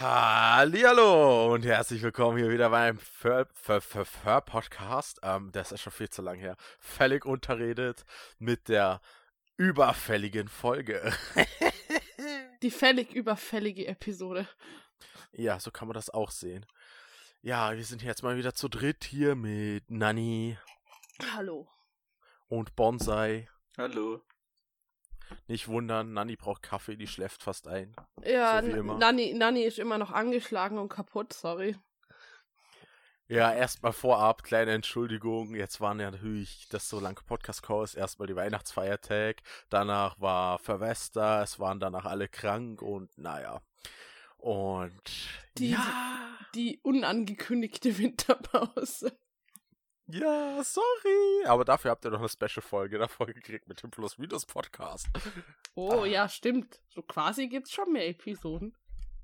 Hallihallo und herzlich willkommen hier wieder beim Podcast. Das ist schon viel zu lang her. Völlig unterredet mit der überfälligen Folge. Die völlig überfällige Episode. Ja, so kann man das auch sehen. Ja, wir sind jetzt mal wieder zu dritt hier mit Nanni. Hallo. Und Bonsai. Hallo. Nicht wundern, Nanni braucht Kaffee, die schläft fast ein. Ja, so wie immer. Nanni ist immer noch angeschlagen und kaputt, sorry. Ja, erstmal vorab, kleine Entschuldigung. Jetzt waren ja natürlich das so lange Podcast-Call, erstmal die Weihnachtsfeiertag, danach war Silvester, es waren danach alle krank und naja. Und die unangekündigte Winterpause. Ja, sorry. Aber dafür habt ihr noch eine Special-Folge davor gekriegt mit dem Plus-Minus-Podcast. Oh, ja, stimmt. So quasi gibt's schon mehr Episoden.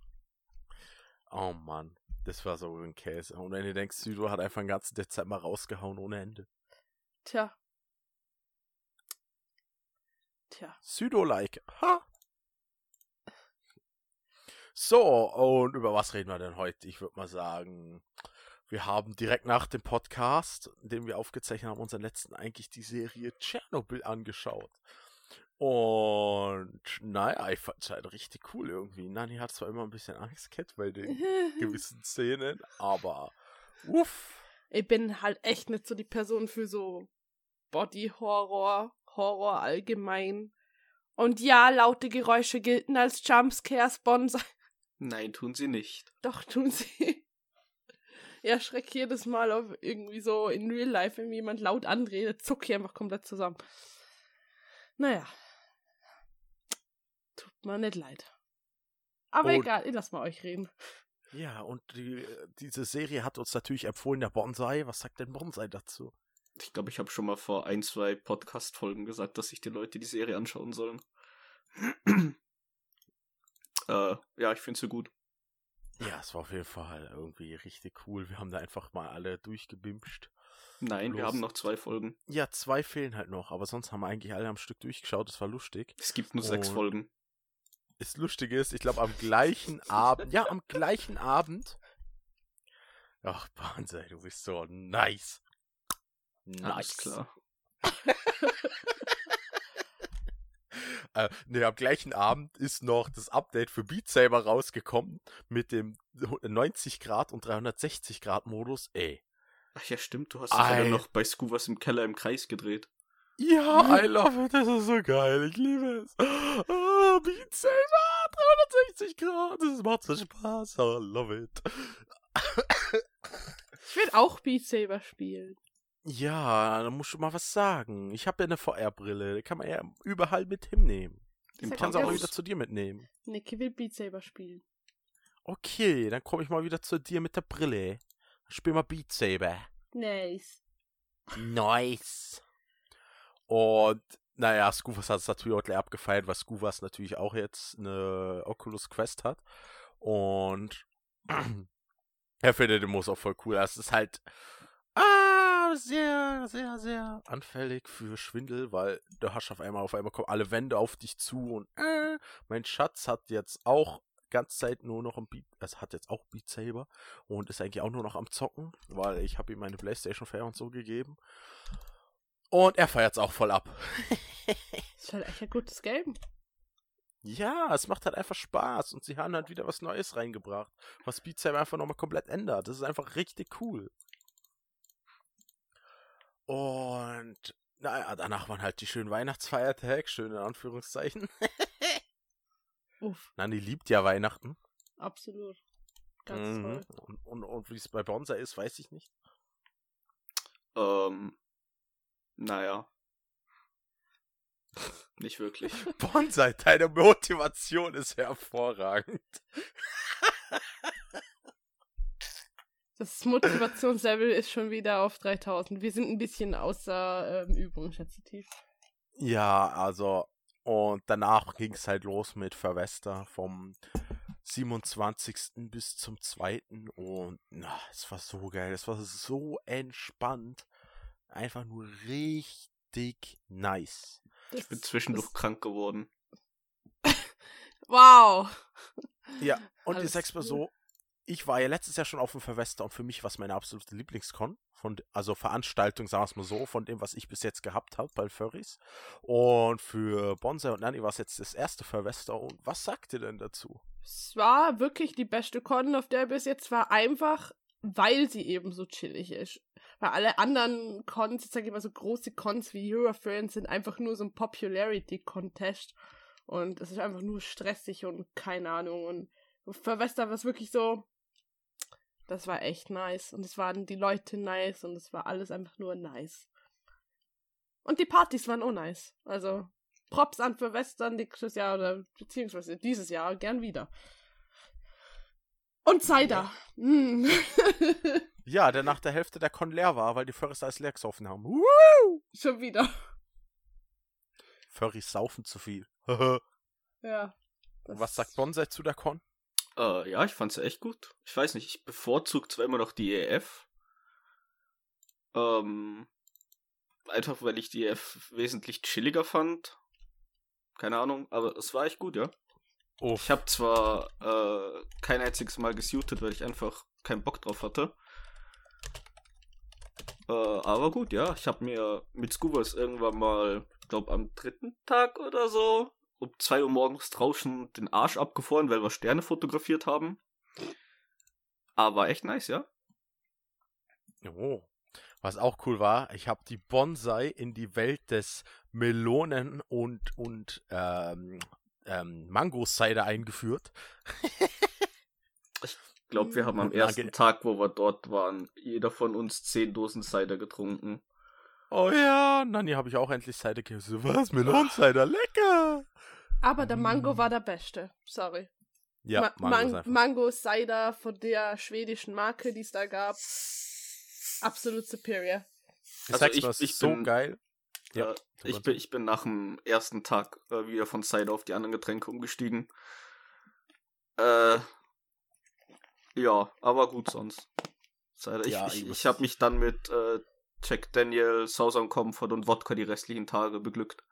Oh Mann, das war so ein Käse. Und wenn ihr denkt, Südo hat einfach den ganzen Dezember rausgehauen ohne Ende. Tja. Südo-like. Ha! So, und über was reden wir denn heute? Ich würde mal sagen, wir haben direkt nach dem Podcast, den wir aufgezeichnet haben, unseren letzten eigentlich die Serie Tschernobyl angeschaut. Und naja, ich fand es halt richtig cool irgendwie. Nanni hat zwar immer ein bisschen Angst gehabt bei den gewissen Szenen, aber uff. Ich bin halt echt nicht so die Person für so Body-Horror, Horror allgemein. Und ja, laute Geräusche gelten als Jumpscares, Bonsai. Nein, tun sie nicht. Doch, tun sie. Ja, schreck jedes Mal auf irgendwie so in Real Life, wenn jemand laut anredet, zuck ich einfach komplett zusammen. Naja. Tut mir nicht leid. Aber egal, ich lass mal euch reden. Ja, und diese Serie hat uns natürlich empfohlen, der Bonsai. Was sagt denn Bonsai dazu? Ich glaube, ich habe schon mal vor 1-2 Podcast-Folgen gesagt, dass sich die Leute die Serie anschauen sollen. Ja, ich finde sie gut. Ja, es war auf jeden Fall irgendwie richtig cool. Wir haben da einfach mal alle durchgebimscht. Nein, wir haben noch 2 Folgen. Ja, 2 fehlen halt noch, aber sonst haben wir eigentlich alle am Stück durchgeschaut. Das war lustig. Es gibt nur 6 Folgen. Das Lustige ist, ich glaube am gleichen Abend, Ach, Bonsai, du bist so nice. Alles klar. Am gleichen Abend ist noch das Update für Beat Saber rausgekommen mit dem 90 Grad und 360 Grad Modus. Ey. Ach ja, stimmt, du hast das ja noch bei Scoovers im Keller im Kreis gedreht. Ja, I love it, das ist so geil, ich liebe es. Oh, Beat Saber, 360 Grad, das macht so Spaß, I love it. Ich will auch Beat Saber spielen. Ja, da musst du mal was sagen. Ich habe ja eine VR-Brille, die kann man ja überall mit hinnehmen. Ich kann es auch mal wieder zu dir mitnehmen. Niki will Beat Saber spielen. Okay, dann komme ich mal wieder zu dir mit der Brille. Spiel mal Beat Saber. Nice. Und, naja, Scoovers hat es natürlich auch gleich abgefeiert, weil Scoovers natürlich auch jetzt eine Oculus Quest hat. Und er findet den Moos auch voll cool. Es ist halt sehr, sehr, sehr anfällig für Schwindel, weil du hast auf einmal kommen alle Wände auf dich zu und mein Schatz hat jetzt auch ganze Zeit nur noch hat jetzt auch Beat Saber und ist eigentlich auch nur noch am Zocken, weil ich habe ihm meine Playstation 4 und so gegeben. Und er feiert es auch voll ab. Ist halt echt ein gutes Game. Ja, es macht halt einfach Spaß und sie haben halt wieder was Neues reingebracht, was Beat Saber einfach nochmal komplett ändert. Das ist einfach richtig cool. Und naja, danach waren halt die schönen Weihnachtsfeiertage, schön in Anführungszeichen. Uff. Nanni liebt ja Weihnachten. Absolut. Ganz toll. Und wie es bei Bonsai ist, weiß ich nicht. Naja. Nicht wirklich. Bonsai, deine Motivation ist hervorragend. Das Motivationslevel ist schon wieder auf 3000. Wir sind ein bisschen außer Übung, schätze ich. Ja, also, und danach ging es halt los mit Silvester vom 27. bis zum 2. Und es war so geil, es war so entspannt. Einfach nur richtig nice. Ich bin zwischendurch krank geworden. Wow. Ja, und ich Alles sag's mal cool. so, ich war ja letztes Jahr schon auf dem Silvester und für mich war es meine absolute Lieblingskon, also Veranstaltung, sagen wir es mal so, von dem, was ich bis jetzt gehabt habe bei Furries. Und für Bonsai und Nanny war es jetzt das erste Silvester. Und was sagt ihr denn dazu? Es war wirklich die beste Con, auf der ich bis jetzt war, einfach, weil sie eben so chillig ist. Weil alle anderen Cons, ich sage immer so große Cons wie Eurofriends, sind einfach nur so ein Popularity-Contest. Und es ist einfach nur stressig und keine Ahnung. Und für Silvester war es wirklich so, das war echt nice. Und es waren die Leute nice und es war alles einfach nur nice. Und die Partys waren auch nice. Also, Props an für Western nächstes Jahr oder beziehungsweise dieses Jahr gern wieder. Und Cider. Mm. Ja, der nach der Hälfte der Con leer war, weil die Furries alles leer gesoffen haben. Schon wieder. Furries saufen zu viel. Ja. Was sagt Bonsai zu der Con? Ja, ich fand's echt gut. Ich weiß nicht, ich bevorzuge zwar immer noch die EF. Einfach weil ich die EF wesentlich chilliger fand. Keine Ahnung, aber es war echt gut, ja. Uff. Ich habe zwar kein einziges Mal gesuited, weil ich einfach keinen Bock drauf hatte. Aber gut, ja. Ich habe mir mit Scubas irgendwann mal, glaube am 3. Tag oder so, um 2 Uhr morgens draußen den Arsch abgefroren, weil wir Sterne fotografiert haben. Aber echt nice, ja. Oh. Was auch cool war, ich habe die Bonsai in die Welt des Melonen- und Mango-Cider eingeführt. Ich glaube, wir haben am ersten Tag, wo wir dort waren, jeder von uns 10 Dosen Cider getrunken. Oh ja, Nanni habe ich auch endlich Cider gegessen. Was? Melon-Cider, lecker! Aber der Mango war der Beste. Sorry. Ja, Mango ist einfach. Mango Cider von der schwedischen Marke, die es da gab. Absolut superior. Ich sag's mal, ist so geil. Ja, ich bin nach dem ersten Tag wieder von Cider auf die anderen Getränke umgestiegen. Ja, aber gut sonst. Cider. Ja, ich habe mich dann mit Jack Daniel, Southern Comfort und Wodka die restlichen Tage beglückt.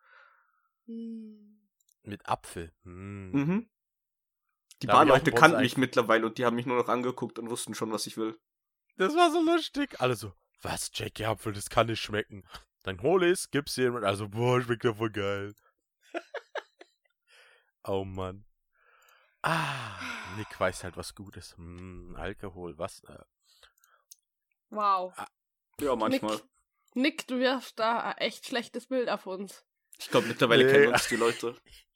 Mit Apfel. Mhm. Die Barleute kannten mich mittlerweile und die haben mich nur noch angeguckt und wussten schon, was ich will. Das war so lustig. Alle so, was, Jackie Apfel, das kann nicht schmecken. Dann hol ich's, gib's jemand. Also, boah, schmeckt ja voll geil. Oh Mann. Nick weiß halt, was gut ist. Alkohol, was? Wow. Ja, manchmal. Nick, du wirfst da ein echt schlechtes Bild auf uns. Ich glaube, mittlerweile kennen uns die Leute.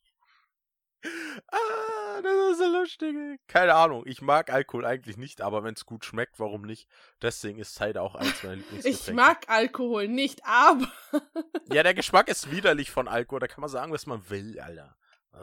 Das ist so lustig. Keine Ahnung, ich mag Alkohol eigentlich nicht, aber wenn es gut schmeckt, warum nicht? Deswegen ist Cider auch eins meiner Lieblingsgetränke. Ich mag Alkohol nicht, aber... Ja, der Geschmack ist widerlich von Alkohol, da kann man sagen, was man will, Alter.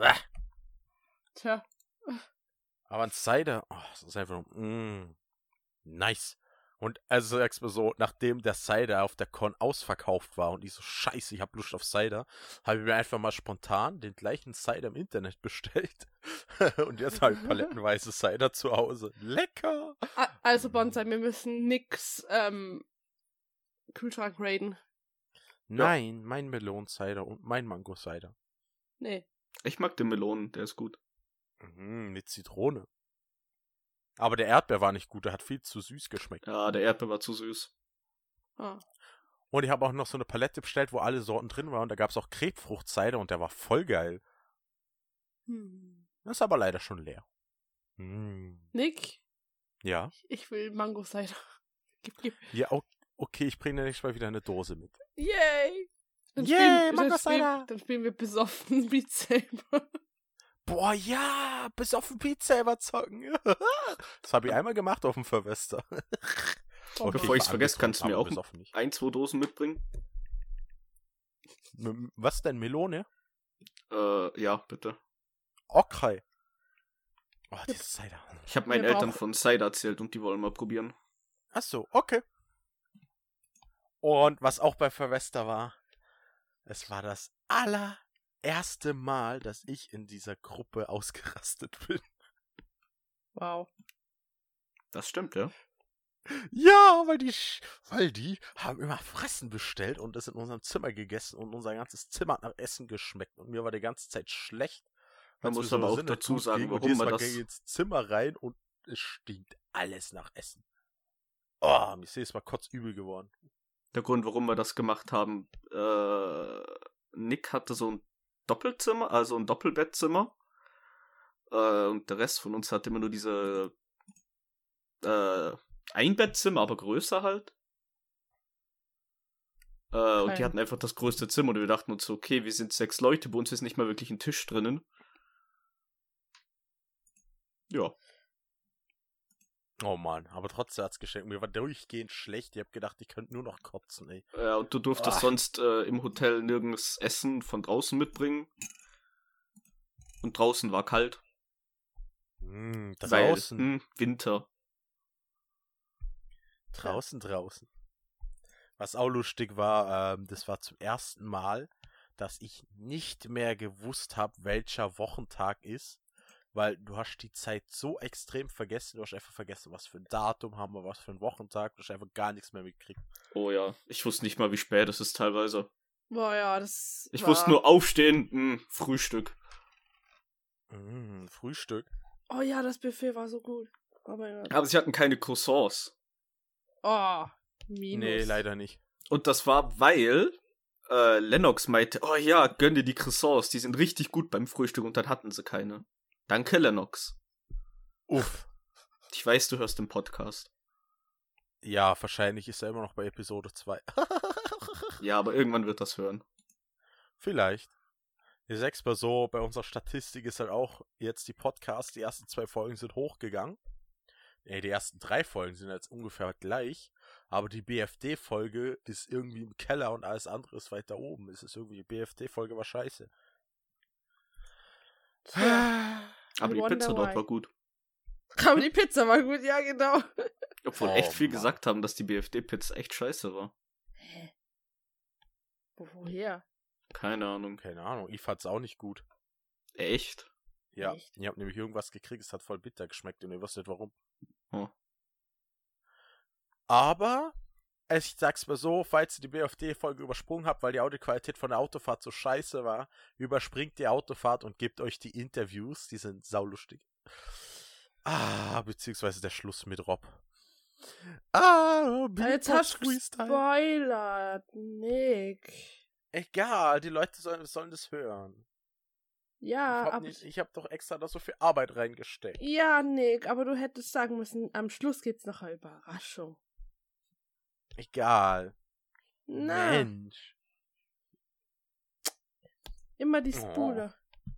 Tja. Aber ein Cider, das ist einfach nice. Und also sagst du mir so, nachdem der Cider auf der Con ausverkauft war und ich so, scheiße, ich hab Lust auf Cider, habe ich mir einfach mal spontan den gleichen Cider im Internet bestellt. Und jetzt habe ich palettenweise Cider zu Hause. Lecker! Also Bonsai, wir müssen nix Kühlschrank raiden. Nein, mein Melon-Cider und mein Mango-Cider. Nee. Ich mag den Melonen, der ist gut. Mit Zitrone. Aber der Erdbeer war nicht gut, der hat viel zu süß geschmeckt. Ja, der Erdbeer war zu süß. Und ich habe auch noch so eine Palette bestellt, wo alle Sorten drin waren. Und da gab es auch Krebsfrucht-Cider und der war voll geil. Das ist aber leider schon leer. Nick? Ja? Ich will Mango-Cider. Gib. Ja, okay, ich bringe dir nächstes Mal wieder eine Dose mit. Yay! Mango-Cider! Dann spielen wir besoffen Beat Saber. Boah, ja, bis auf den Beat Saber zocken. Das habe ich einmal gemacht auf dem Silvester. Okay, bevor ich es vergesse, kannst du mir auch 1-2 Dosen mitbringen? Was denn, Melone? Ja, bitte. Okay. Oh, dieses Cider. Ich habe meinen Eltern von Cider erzählt und die wollen mal probieren. Achso, okay. Und was auch bei Silvester war, es war das allererste Mal, dass ich in dieser Gruppe ausgerastet bin. Wow. Das stimmt, ja. Ja, weil die haben immer Fressen bestellt und das in unserem Zimmer gegessen und unser ganzes Zimmer hat nach Essen geschmeckt und mir war die ganze Zeit schlecht. Man Als muss wir aber so auch sind, dazu gut sagen, ging und warum jedes man Mal das... ging ich ins Zimmer rein und es stinkt alles nach Essen. Oh, mir ist jedes Mal kotzübel geworden. Der Grund, warum wir das gemacht haben, Nick hatte so ein Doppelzimmer, also ein Doppelbettzimmer. Und der Rest von uns hatte immer nur diese Einbettzimmer, aber größer halt. Und die hatten einfach das größte Zimmer und wir dachten uns so, okay, wir sind 6 Leute, bei uns ist nicht mal wirklich ein Tisch drinnen. Ja. Oh Mann, aber trotzdem hat's geschenkt. Mir war durchgehend schlecht. Ich hab gedacht, ich könnte nur noch kotzen, ey. Und du durftest sonst im Hotel nirgends Essen von draußen mitbringen. Und draußen war kalt. Draußen. Winter. Draußen. Was auch lustig war, das war zum ersten Mal, dass ich nicht mehr gewusst habe, welcher Wochentag ist, weil du hast die Zeit so extrem vergessen, du hast einfach vergessen, was für ein Datum haben wir, was für ein Wochentag, du hast einfach gar nichts mehr mitgekriegt. Oh ja, ich wusste nicht mal, wie spät es ist teilweise. Boah, ja, das Ich wusste nur aufstehen, Frühstück. Frühstück. Oh ja, das Buffet war so gut. Oh mein Gott. Aber sie hatten keine Croissants. Oh, minus. Nee, leider nicht. Und das war, weil Lennox meinte, oh ja, gönn dir die Croissants, die sind richtig gut beim Frühstück und dann hatten sie keine. Danke, Lennox. Uff. Ich weiß, du hörst den Podcast. Ja, wahrscheinlich ist er immer noch bei Episode 2. Ja, aber irgendwann wird das hören. Vielleicht. Ich sag's mal so, bei unserer Statistik ist halt auch jetzt die Podcasts, die ersten 2 Folgen sind hochgegangen. Die ersten 3 Folgen sind jetzt ungefähr gleich, aber die BFD-Folge ist irgendwie im Keller und alles andere ist weiter oben. Es ist irgendwie, die BFD-Folge war scheiße. Ja. Aber die Pizza dort why. war gut. Aber die Pizza war gut, ja, genau. Obwohl Oh, echt viel Mann. gesagt haben, dass die BFD-Pizza echt scheiße war. Hä? Woher? Keine Ahnung. Keine Ahnung, ich fand's auch nicht gut. Echt? Ja, Echt? ich hab nämlich irgendwas gekriegt, es hat voll bitter geschmeckt und ich weiß nicht warum. Oh. Aber, ich sag's mal so, falls ihr die BFD-Folge übersprungen habt, weil die Audioqualität von der Autofahrt so scheiße war, überspringt die Autofahrt und gebt euch die Interviews, die sind saulustig. Beziehungsweise der Schluss mit Rob. Jetzt hast du gespoilert, Nick. Egal, die Leute sollen das hören. Ja, aber... Ich hab doch extra da so viel Arbeit reingesteckt. Ja, Nick, aber du hättest sagen müssen, am Schluss gibt's noch eine Überraschung. Egal. Na, Mensch. immer die Spule.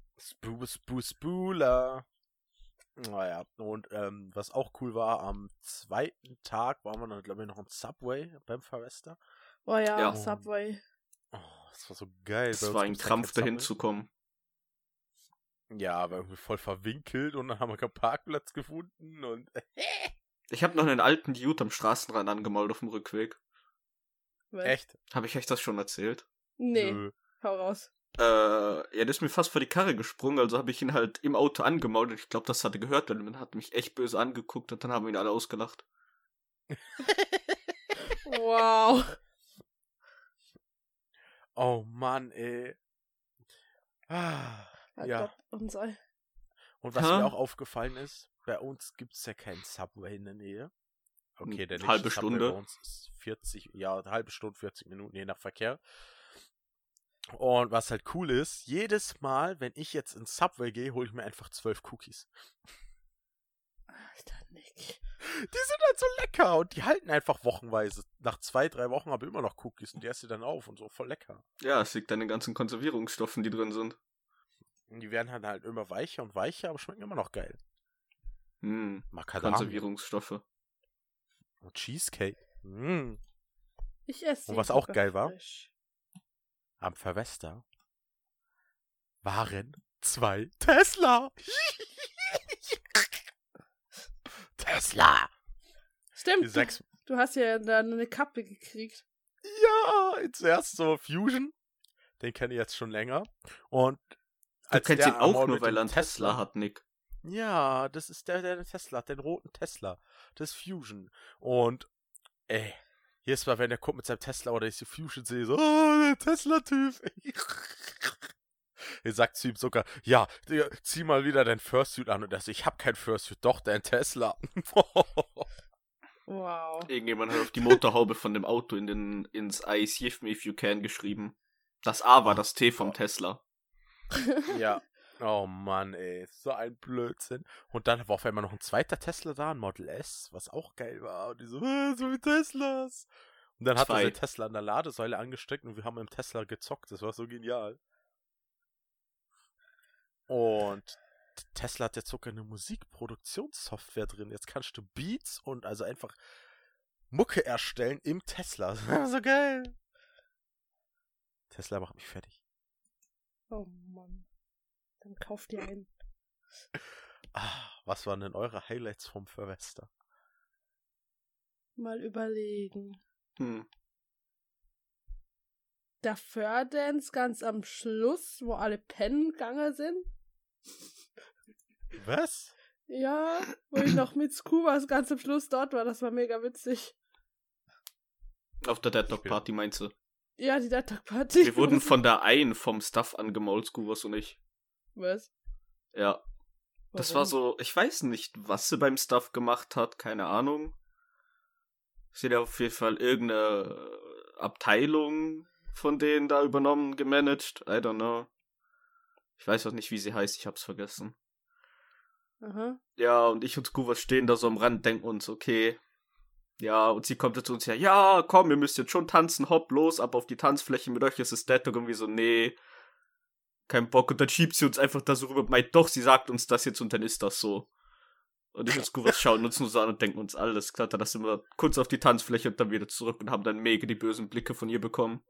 Spooler. Naja, und was auch cool war, am 2. Tag waren wir dann, glaube ich, noch im Subway beim Verwester. Oh ja, Ja. Subway. Oh, das war so geil. Es war ein Krampf, dahin zu kommen. Ja, aber irgendwie voll verwinkelt und dann haben wir keinen Parkplatz gefunden und Ich habe noch einen alten Dude am Straßenrand angemalt auf dem Rückweg. Was? echt? Habe ich euch das schon erzählt? Nee, Nö. hau raus. Ja, der ist mir fast vor die Karre gesprungen, also habe ich ihn halt im Auto angemault und ich glaube, das hat er gehört, weil man hat mich echt böse angeguckt und dann haben wir ihn alle ausgelacht. Wow. Oh Mann, ey. Ja. Gott, und sei. Und was Ha? mir auch aufgefallen ist, bei uns gibt's ja keinen Subway in der Nähe. Okay, der nächste Halbe Subway Stunde. bei uns ist 40, ja, eine halbe Stunde, 40 Minuten, je nach Verkehr. Und was halt cool ist, jedes Mal, wenn ich jetzt ins Subway gehe, hole ich mir einfach 12 Cookies. Alter, Nick. Die sind halt so lecker und die halten einfach wochenweise. Nach 2-3 Wochen habe ich immer noch Cookies und die esse ich dann auf und so, voll lecker. Ja, es liegt an den ganzen Konservierungsstoffen, die drin sind. Und die werden halt immer weicher und weicher, aber schmecken immer noch geil. Macadamia Konservierungsstoffe. und Cheesecake. Mm. Ich esse Und was die auch lieber geil war? frisch. Am Verwester waren 2 Tesla. Tesla. Stimmt, Die 6. du hast ja dann eine Kappe gekriegt. Ja, zuerst so Fusion. Den kenne ich jetzt schon länger. Und Du kennst ihn auch einmal nur, mit weil dem er einen Tesla hat, Nick. Ja, das ist der den Tesla hat, den roten Tesla. Das ist Fusion. Und, jedes Mal, wenn der kommt mit seinem Tesla oder ich die Fusion sehe, so, oh, der Tesla-Typ. Er sagt zu ihm sogar, ja, zieh mal wieder dein Fursuit an. Und er so, ich hab kein Fursuit, doch, dein Tesla. Wow. Irgendjemand hat auf die Motorhaube von dem Auto ins I see me if you can geschrieben. Das A war das T vom Tesla. Ja. Oh Mann, ey. So ein Blödsinn. Und dann war auf einmal noch ein zweiter Tesla da, ein Model S, was auch geil war. Und die so viele Teslas. Und dann hat er seinen Tesla an der Ladesäule angesteckt und wir haben im Tesla gezockt. Das war so genial. Und Tesla hat jetzt sogar eine Musikproduktionssoftware drin. Jetzt kannst du Beats und also einfach Mucke erstellen im Tesla. Das war so geil. Tesla macht mich fertig. Oh Mann. Dann kauft ihr einen. Was waren denn eure Highlights vom Silvester? Mal überlegen. Hm. Der Fur-Dance ganz am Schluss, wo alle pennen gegangen sind. Was? Ja, wo ich noch mit Scubas ganz am Schluss dort war. Das war mega witzig. Auf der Dead Dog Party meinst du? Ja, die Dead Dog Party. Wir wurden von der einen vom Staff angemault, Scubas und ich. Was? Ja. Warum? Das war so, ich weiß nicht, was sie beim Staff gemacht hat, keine Ahnung. Sie hat auf jeden Fall irgendeine Abteilung von denen da übernommen, gemanagt. I don't know. Ich weiß auch nicht, wie sie heißt, ich hab's vergessen. Aha. Ja, und ich und Scubas stehen da so am Rand, denken uns, okay. Ja, und sie kommt zu uns, ja, komm, ihr müsst jetzt schon tanzen, hopp, los, ab auf die Tanzfläche, mit euch ist es Dead Dog, irgendwie so, nee, kein Bock. Und dann schiebt sie uns einfach da so rüber, meint, doch, sie sagt uns das jetzt und dann ist das so. Und ich und Scubas schauen uns nur so an und denken uns, alles klar, dann sind wir kurz auf die Tanzfläche und dann wieder zurück und haben dann mega die bösen Blicke von ihr bekommen.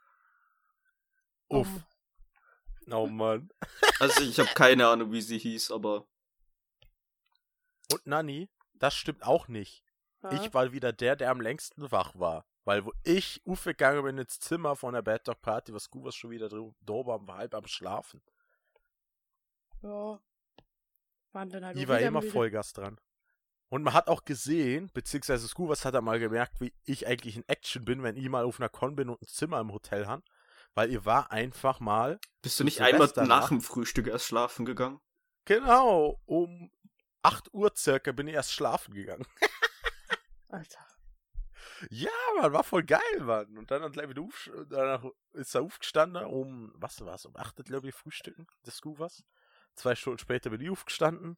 Uff. Oh Mann. Also ich habe keine Ahnung, wie sie hieß, aber... Und Nanni, das stimmt auch nicht. Ja. Ich war wieder der am längsten wach war. Weil wo ich aufgegangen bin ins Zimmer von der Bad Dog Party, war Scubas schon wieder da war halb am Schlafen. Ja. Waren dann halt Ich war immer Vollgas dran. Und man hat auch gesehen, beziehungsweise Scubas hat mal gemerkt, wie ich eigentlich in Action bin, wenn ich mal auf einer Con bin und ein Zimmer im Hotel habe. Weil ihr war einfach mal... Bist du nicht einmal nach dem Frühstück erst schlafen gegangen? Genau, um 8 Uhr circa bin ich erst schlafen gegangen. Alter. Ja, man, war voll geil, Mann. Und dann gleich wieder danach ist er aufgestanden, was war's, um 8 Uhr, glaube ich, frühstücken, des Scubas. 2 Stunden später bin ich aufgestanden.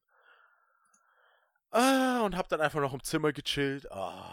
Und hab dann einfach noch im Zimmer gechillt.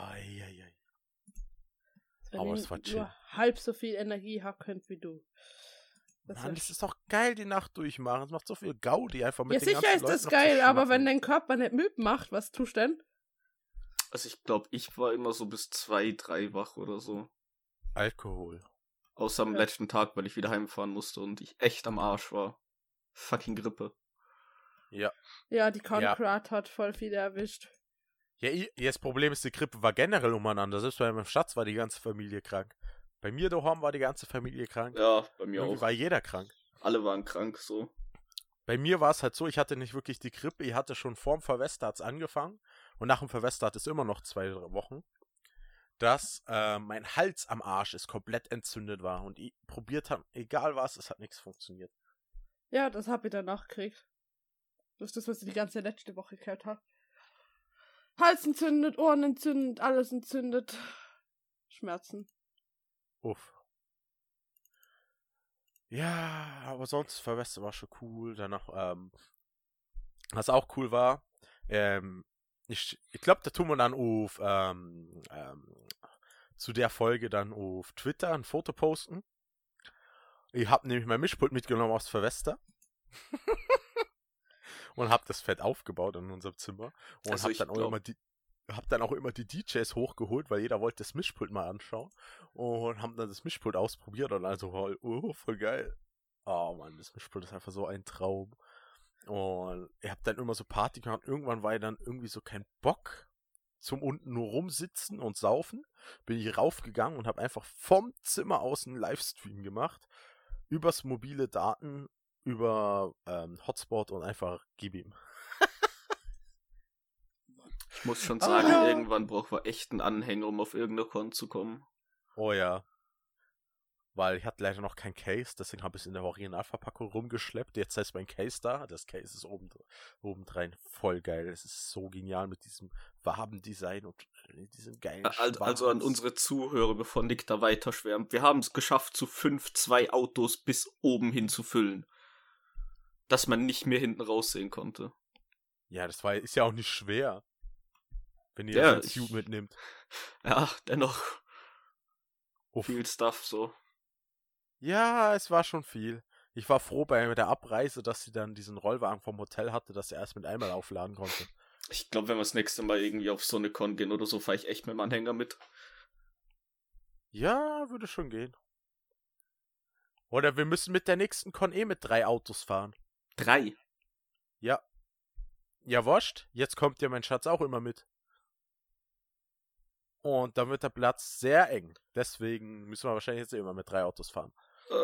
Aber es war chill. Nur halb so viel Energie haben könnt wie du. Mann, das ist doch geil, die Nacht durchmachen. Es macht so viel Gaudi einfach mit ja, den sicher ganzen ist Leuten das noch geil, zu aber schnacken. wenn dein Körper nicht mitmacht, was tust du denn? Also ich glaube, ich war immer so bis 2, 3 wach oder so. Alkohol. Außer am letzten Tag, weil ich wieder heimfahren musste und ich echt am Arsch war. Fucking Grippe. Ja. Ja, die Concrate hat voll viele erwischt. Ja, das Problem ist, die Grippe war generell umeinander. Selbst bei meinem Schatz war die ganze Familie krank. Bei mir daheim war die ganze Familie krank. Ja, bei mir Irgendwie auch. war jeder krank. Alle waren krank, so. Bei mir war es halt so, ich hatte nicht wirklich die Grippe. Ich hatte schon vorm Silvester hat's angefangen. Und nach dem Silvester hat es immer noch 2 Wochen. Dass mein Hals am Arsch ist komplett entzündet war. Und ich probiert habe, egal was, es hat nichts funktioniert. Ja, das hab ich danach gekriegt. Das ist das, was ich die ganze letzte Woche gehört habe. Hals entzündet, Ohren entzündet, alles entzündet. Schmerzen. Uff. Ja, aber sonst, Silvester war schon cool. Danach, was auch cool war, ich glaube, da tun wir dann auf, zu der Folge dann auf Twitter ein Foto posten. Ich habe nämlich mein Mischpult mitgenommen aus Silvester. Und habe das fett aufgebaut in unserem Zimmer. Und Also hab dann auch immer die DJs hochgeholt, weil jeder wollte das Mischpult mal anschauen. Und haben dann das Mischpult ausprobiert und also voll geil. Oh Mann, das Mischpult ist einfach so ein Traum. Und ich hab dann immer so Party gemacht. Irgendwann war ich dann irgendwie so kein Bock zum unten nur rumsitzen und saufen. Bin ich raufgegangen und habe einfach vom Zimmer aus einen Livestream gemacht. Übers mobile Daten, über Hotspot und einfach gib ihm. Ich muss schon sagen, irgendwann braucht man echt einen Anhänger, um auf irgendeine Con zu kommen. Oh ja. weil ich hatte leider noch kein Case, deswegen habe ich es in der Originalverpackung rumgeschleppt. Jetzt ist mein Case da, das Case ist obendrein voll geil. Es ist so genial mit diesem Wabendesign und diesem geilen Also an unsere Zuhörer, bevor Nick da weiter schwärmt. Wir haben es geschafft, zu 2 Autos bis oben hin zu füllen. Dass man nicht mehr hinten raussehen konnte. Ja, ist ja auch nicht schwer. Wenn ihr Ja, das als Suit mitnimmt. Ja, dennoch. Uff. Viel Stuff so. Ja, es war schon viel. Ich war froh bei der Abreise, dass sie dann diesen Rollwagen vom Hotel hatte, dass er erst mit einmal aufladen konnte. Ich glaube, wenn wir das nächste Mal irgendwie auf so eine Con gehen oder so, fahre ich echt mit dem Anhänger mit. Ja, würde schon gehen. Oder wir müssen mit der nächsten Con mit 3 Autos fahren. 3? Ja. Ja, wurscht. Jetzt kommt ja mein Schatz auch immer mit. Und dann wird der Platz sehr eng. Deswegen müssen wir wahrscheinlich jetzt immer mit 3 Autos fahren.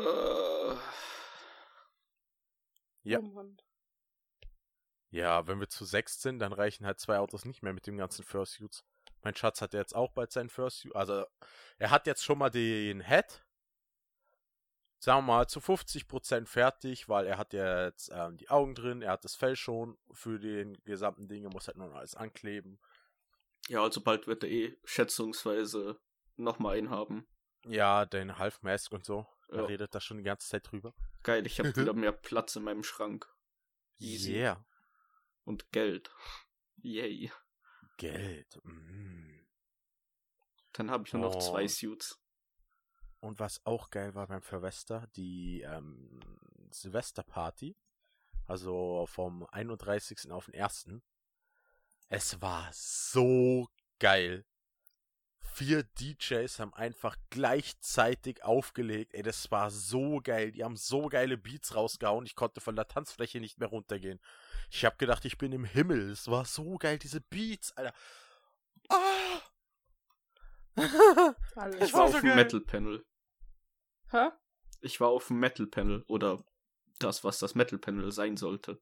Ja. Oh Mann. Ja, wenn wir zu 6 sind, dann reichen halt 2 Autos nicht mehr mit dem ganzen Fursuits. Mein Schatz hat jetzt auch bald seinen Fursuit. Also, er hat jetzt schon mal den Head. Sagen wir mal zu 50% fertig, weil er hat jetzt die Augen drin, er hat das Fell schon für den gesamten Ding, er muss halt nur noch alles ankleben. Ja, also bald wird er schätzungsweise nochmal einen haben. Ja, den Half Mask und so. Ja. Er redet da schon die ganze Zeit drüber. Geil, ich habe wieder mehr Platz in meinem Schrank. Easy. Yeah. Und Geld. Yay. Geld. Dann habe ich nur noch 2 Suits. Und was auch geil war beim Silvester, die Silvesterparty. Also vom 31. auf den 1. Es war so geil. 4 DJs haben einfach gleichzeitig aufgelegt. Ey, das war so geil. Die haben so geile Beats rausgehauen. Ich konnte von der Tanzfläche nicht mehr runtergehen. Ich habe gedacht, ich bin im Himmel. Es war so geil, diese Beats, Alter. Ah! Ich war auf dem Metal-Panel. Hä? Ich war auf dem Metal-Panel. Oder das, was das Metal-Panel sein sollte.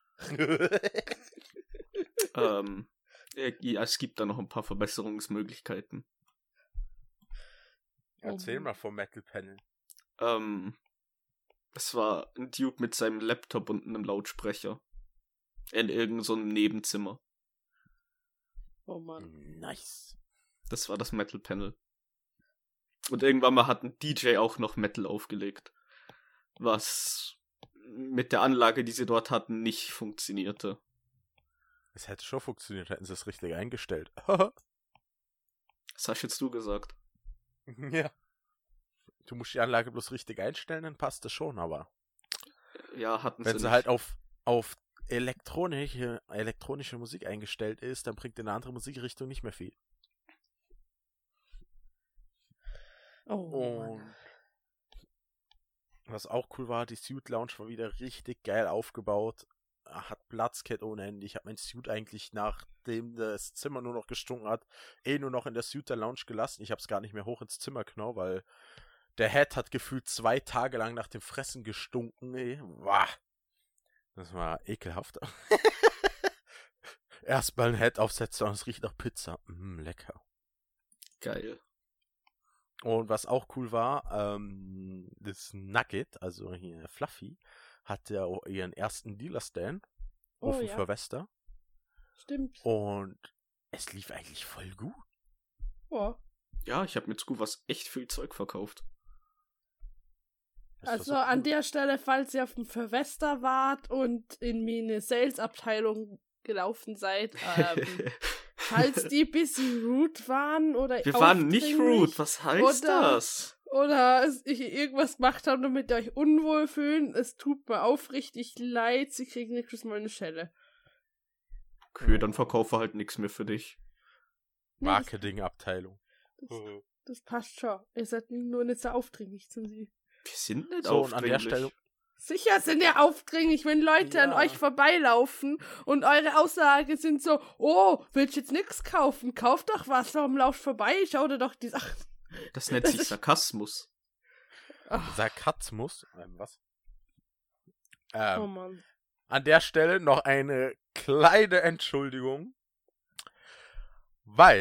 Ja, es gibt da noch ein paar Verbesserungsmöglichkeiten. Erzähl mal vom Metal Panel. Es war ein Dude mit seinem Laptop und einem Lautsprecher. In irgendeinem so Nebenzimmer. Oh Mann. Nice. Das war das Metal Panel. Und irgendwann mal hat ein DJ auch noch Metal aufgelegt. Was mit der Anlage, die sie dort hatten, nicht funktionierte. Es hätte schon funktioniert, hätten sie es richtig eingestellt. Das hast jetzt du gesagt. Ja. Du musst die Anlage bloß richtig einstellen, dann passt das schon, aber ja, hatten wenn sie sie nicht. halt auf elektronische Musik eingestellt ist, dann bringt eine andere Musikrichtung nicht mehr viel. Oh Und was auch cool war, die Suit Lounge war wieder richtig geil aufgebaut. Hat Platzkette ohne Ende. Ich habe mein Suit eigentlich, nachdem das Zimmer nur noch gestunken hat, nur noch in der Suit der Lounge gelassen. Ich habe es gar nicht mehr hoch ins Zimmer genommen, weil der Head hat gefühlt 2 Tage lang nach dem Fressen gestunken. Ey. Wow. Das war ekelhaft. Erstmal ein Head aufsetzen und es riecht nach Pizza. Lecker. Geil. Und was auch cool war, das Nugget, also hier Fluffy, hat ja auch ihren ersten Dealer-Stand auf dem Silvester. Stimmt. Und es lief eigentlich voll gut. Oh. Ja, ich habe mit Scoovers echt viel Zeug verkauft. Das war Also so cool. an der Stelle, falls ihr auf dem Silvester wart und in meine Sales-Abteilung gelaufen seid, falls die ein bisschen rude waren oder Wir waren nicht aufdringlich rude, was heißt das? Oder ich irgendwas gemacht habe, damit ihr euch unwohl fühlt, es tut mir aufrichtig leid, sie kriegen nächstes Mal eine Schelle. Okay, dann verkaufe halt nichts mehr für dich. Nee, Marketingabteilung. das passt schon. Ihr seid nur nicht so aufdringlich zu sie. Wir sind nicht So, und an der aufdringlich. Stelle. Sicher sind ihr aufdringlich, wenn Leute an euch vorbeilaufen und eure Aussage sind so, oh, willst du jetzt nix kaufen? Kauf doch was, warum laufst du vorbei? Schau dir doch die Sachen. Das nennt sich Sarkasmus. Sarkasmus. Was? Oh Mann. An der Stelle noch eine kleine Entschuldigung. Weil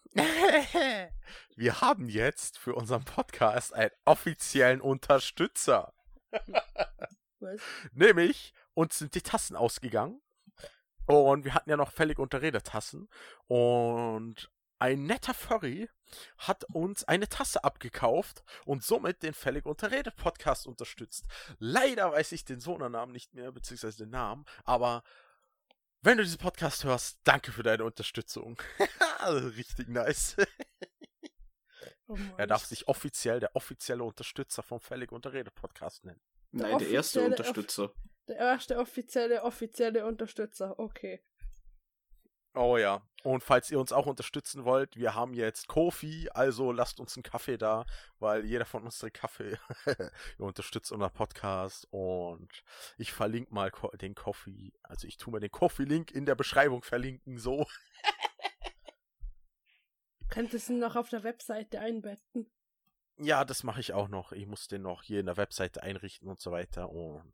Wir haben jetzt für unseren Podcast einen offiziellen Unterstützer. Was? Nämlich, uns sind die Tassen ausgegangen. Und wir hatten ja noch völlig unterredete Tassen. Und ein netter Furry hat uns eine Tasse abgekauft und somit den Völlig Unterredet Podcast unterstützt. Leider weiß ich den Sohnernamen nicht mehr, beziehungsweise den Namen, aber wenn du diesen Podcast hörst, danke für deine Unterstützung. Also richtig nice. Oh Mann. Er darf sich offiziell der offizielle Unterstützer vom Völlig Unterredet Podcast nennen. Nein, der erste offizielle Unterstützer. Der erste offizielle Unterstützer. Okay. Oh ja. Und falls ihr uns auch unterstützen wollt, wir haben jetzt Ko-fi, also lasst uns einen Kaffee da, weil jeder von uns trinkt Kaffee. Ihr unterstützt unseren Podcast und ich verlinke mal den Ko-fi, also ich tue mir den Ko-fi-Link in der Beschreibung verlinken, so. Könntest du ihn noch auf der Webseite einbetten? Ja, das mache ich auch noch. Ich muss den noch hier in der Webseite einrichten und so weiter und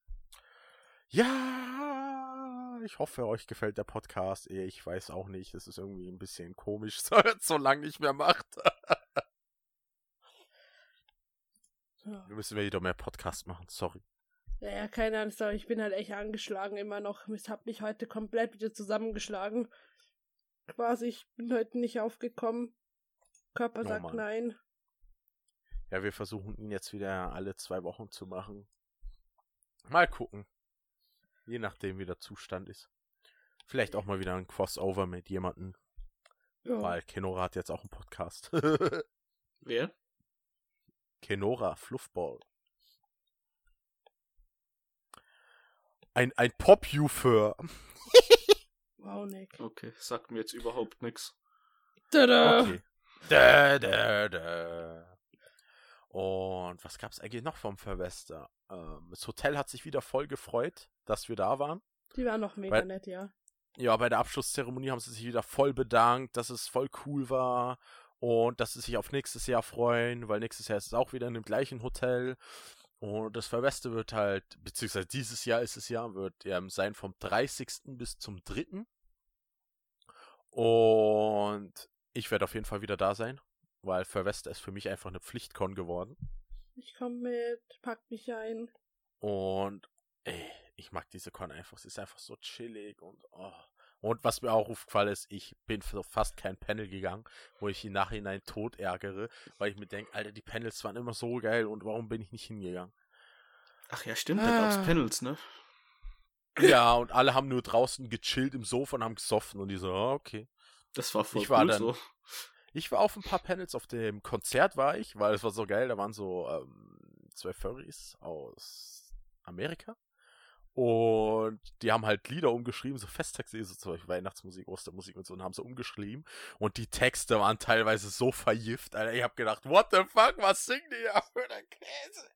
ja, ich hoffe, euch gefällt der Podcast. Ich weiß auch nicht, es ist irgendwie ein bisschen komisch, so lange nicht mehr macht. Ja. Wir müssen wieder mehr Podcasts machen, sorry. Ja, keine Ahnung, sorry, ich bin halt echt angeschlagen immer noch. Ich hab mich heute komplett wieder zusammengeschlagen. Quasi, ich bin heute nicht aufgekommen. Körper Oh sagt Mann. nein. Ja, wir versuchen ihn jetzt wieder alle 2 Wochen zu machen. Mal gucken. Je nachdem, wie der Zustand ist. Vielleicht auch mal wieder ein Crossover mit jemandem. Ja. Weil Kenora hat jetzt auch einen Podcast. Wer? Kenora, Fluffball. Ein Pop-Youfer. Wow, Nick. Okay, sagt mir jetzt überhaupt nichts. Tada! Okay. Da. Und was gab's eigentlich noch vom Silvester? Das Hotel hat sich wieder voll gefreut, dass wir da waren. Die war noch mega Weil- nett, ja. Ja, bei der Abschlusszeremonie haben sie sich wieder voll bedankt, dass es voll cool war und dass sie sich auf nächstes Jahr freuen, weil nächstes Jahr ist es auch wieder in dem gleichen Hotel. Und das Silvester wird halt, beziehungsweise dieses Jahr ist es ja, wird sein vom 30. bis zum 3. Und ich werde auf jeden Fall wieder da sein, weil Silvester ist für mich einfach eine Pflichtcon geworden. Ich komm mit, pack mich ein. Und ich mag diese Con einfach. Sie ist einfach so chillig und Und was mir auch aufgefallen ist, ich bin für fast kein Panel gegangen, wo ich im Nachhinein tot ärgere, weil ich mir denke, Alter, die Panels waren immer so geil und warum bin ich nicht hingegangen? Ach ja, stimmt, da gab's Panels, ne? Ja, und alle haben nur draußen gechillt im Sofa und haben gesoffen und die so, okay. Das war voll Ich war cool dann- so. Ich war auf ein paar Panels, auf dem Konzert war ich, weil es war so geil, da waren so 2 Furries aus Amerika. Und die haben halt Lieder umgeschrieben, so Festtexte, so zum Beispiel Weihnachtsmusik, Ostermusik und so, und haben so umgeschrieben. Und die Texte waren teilweise so verjifft, Alter. Ich hab gedacht, what the fuck, was singen die da für eine Käse?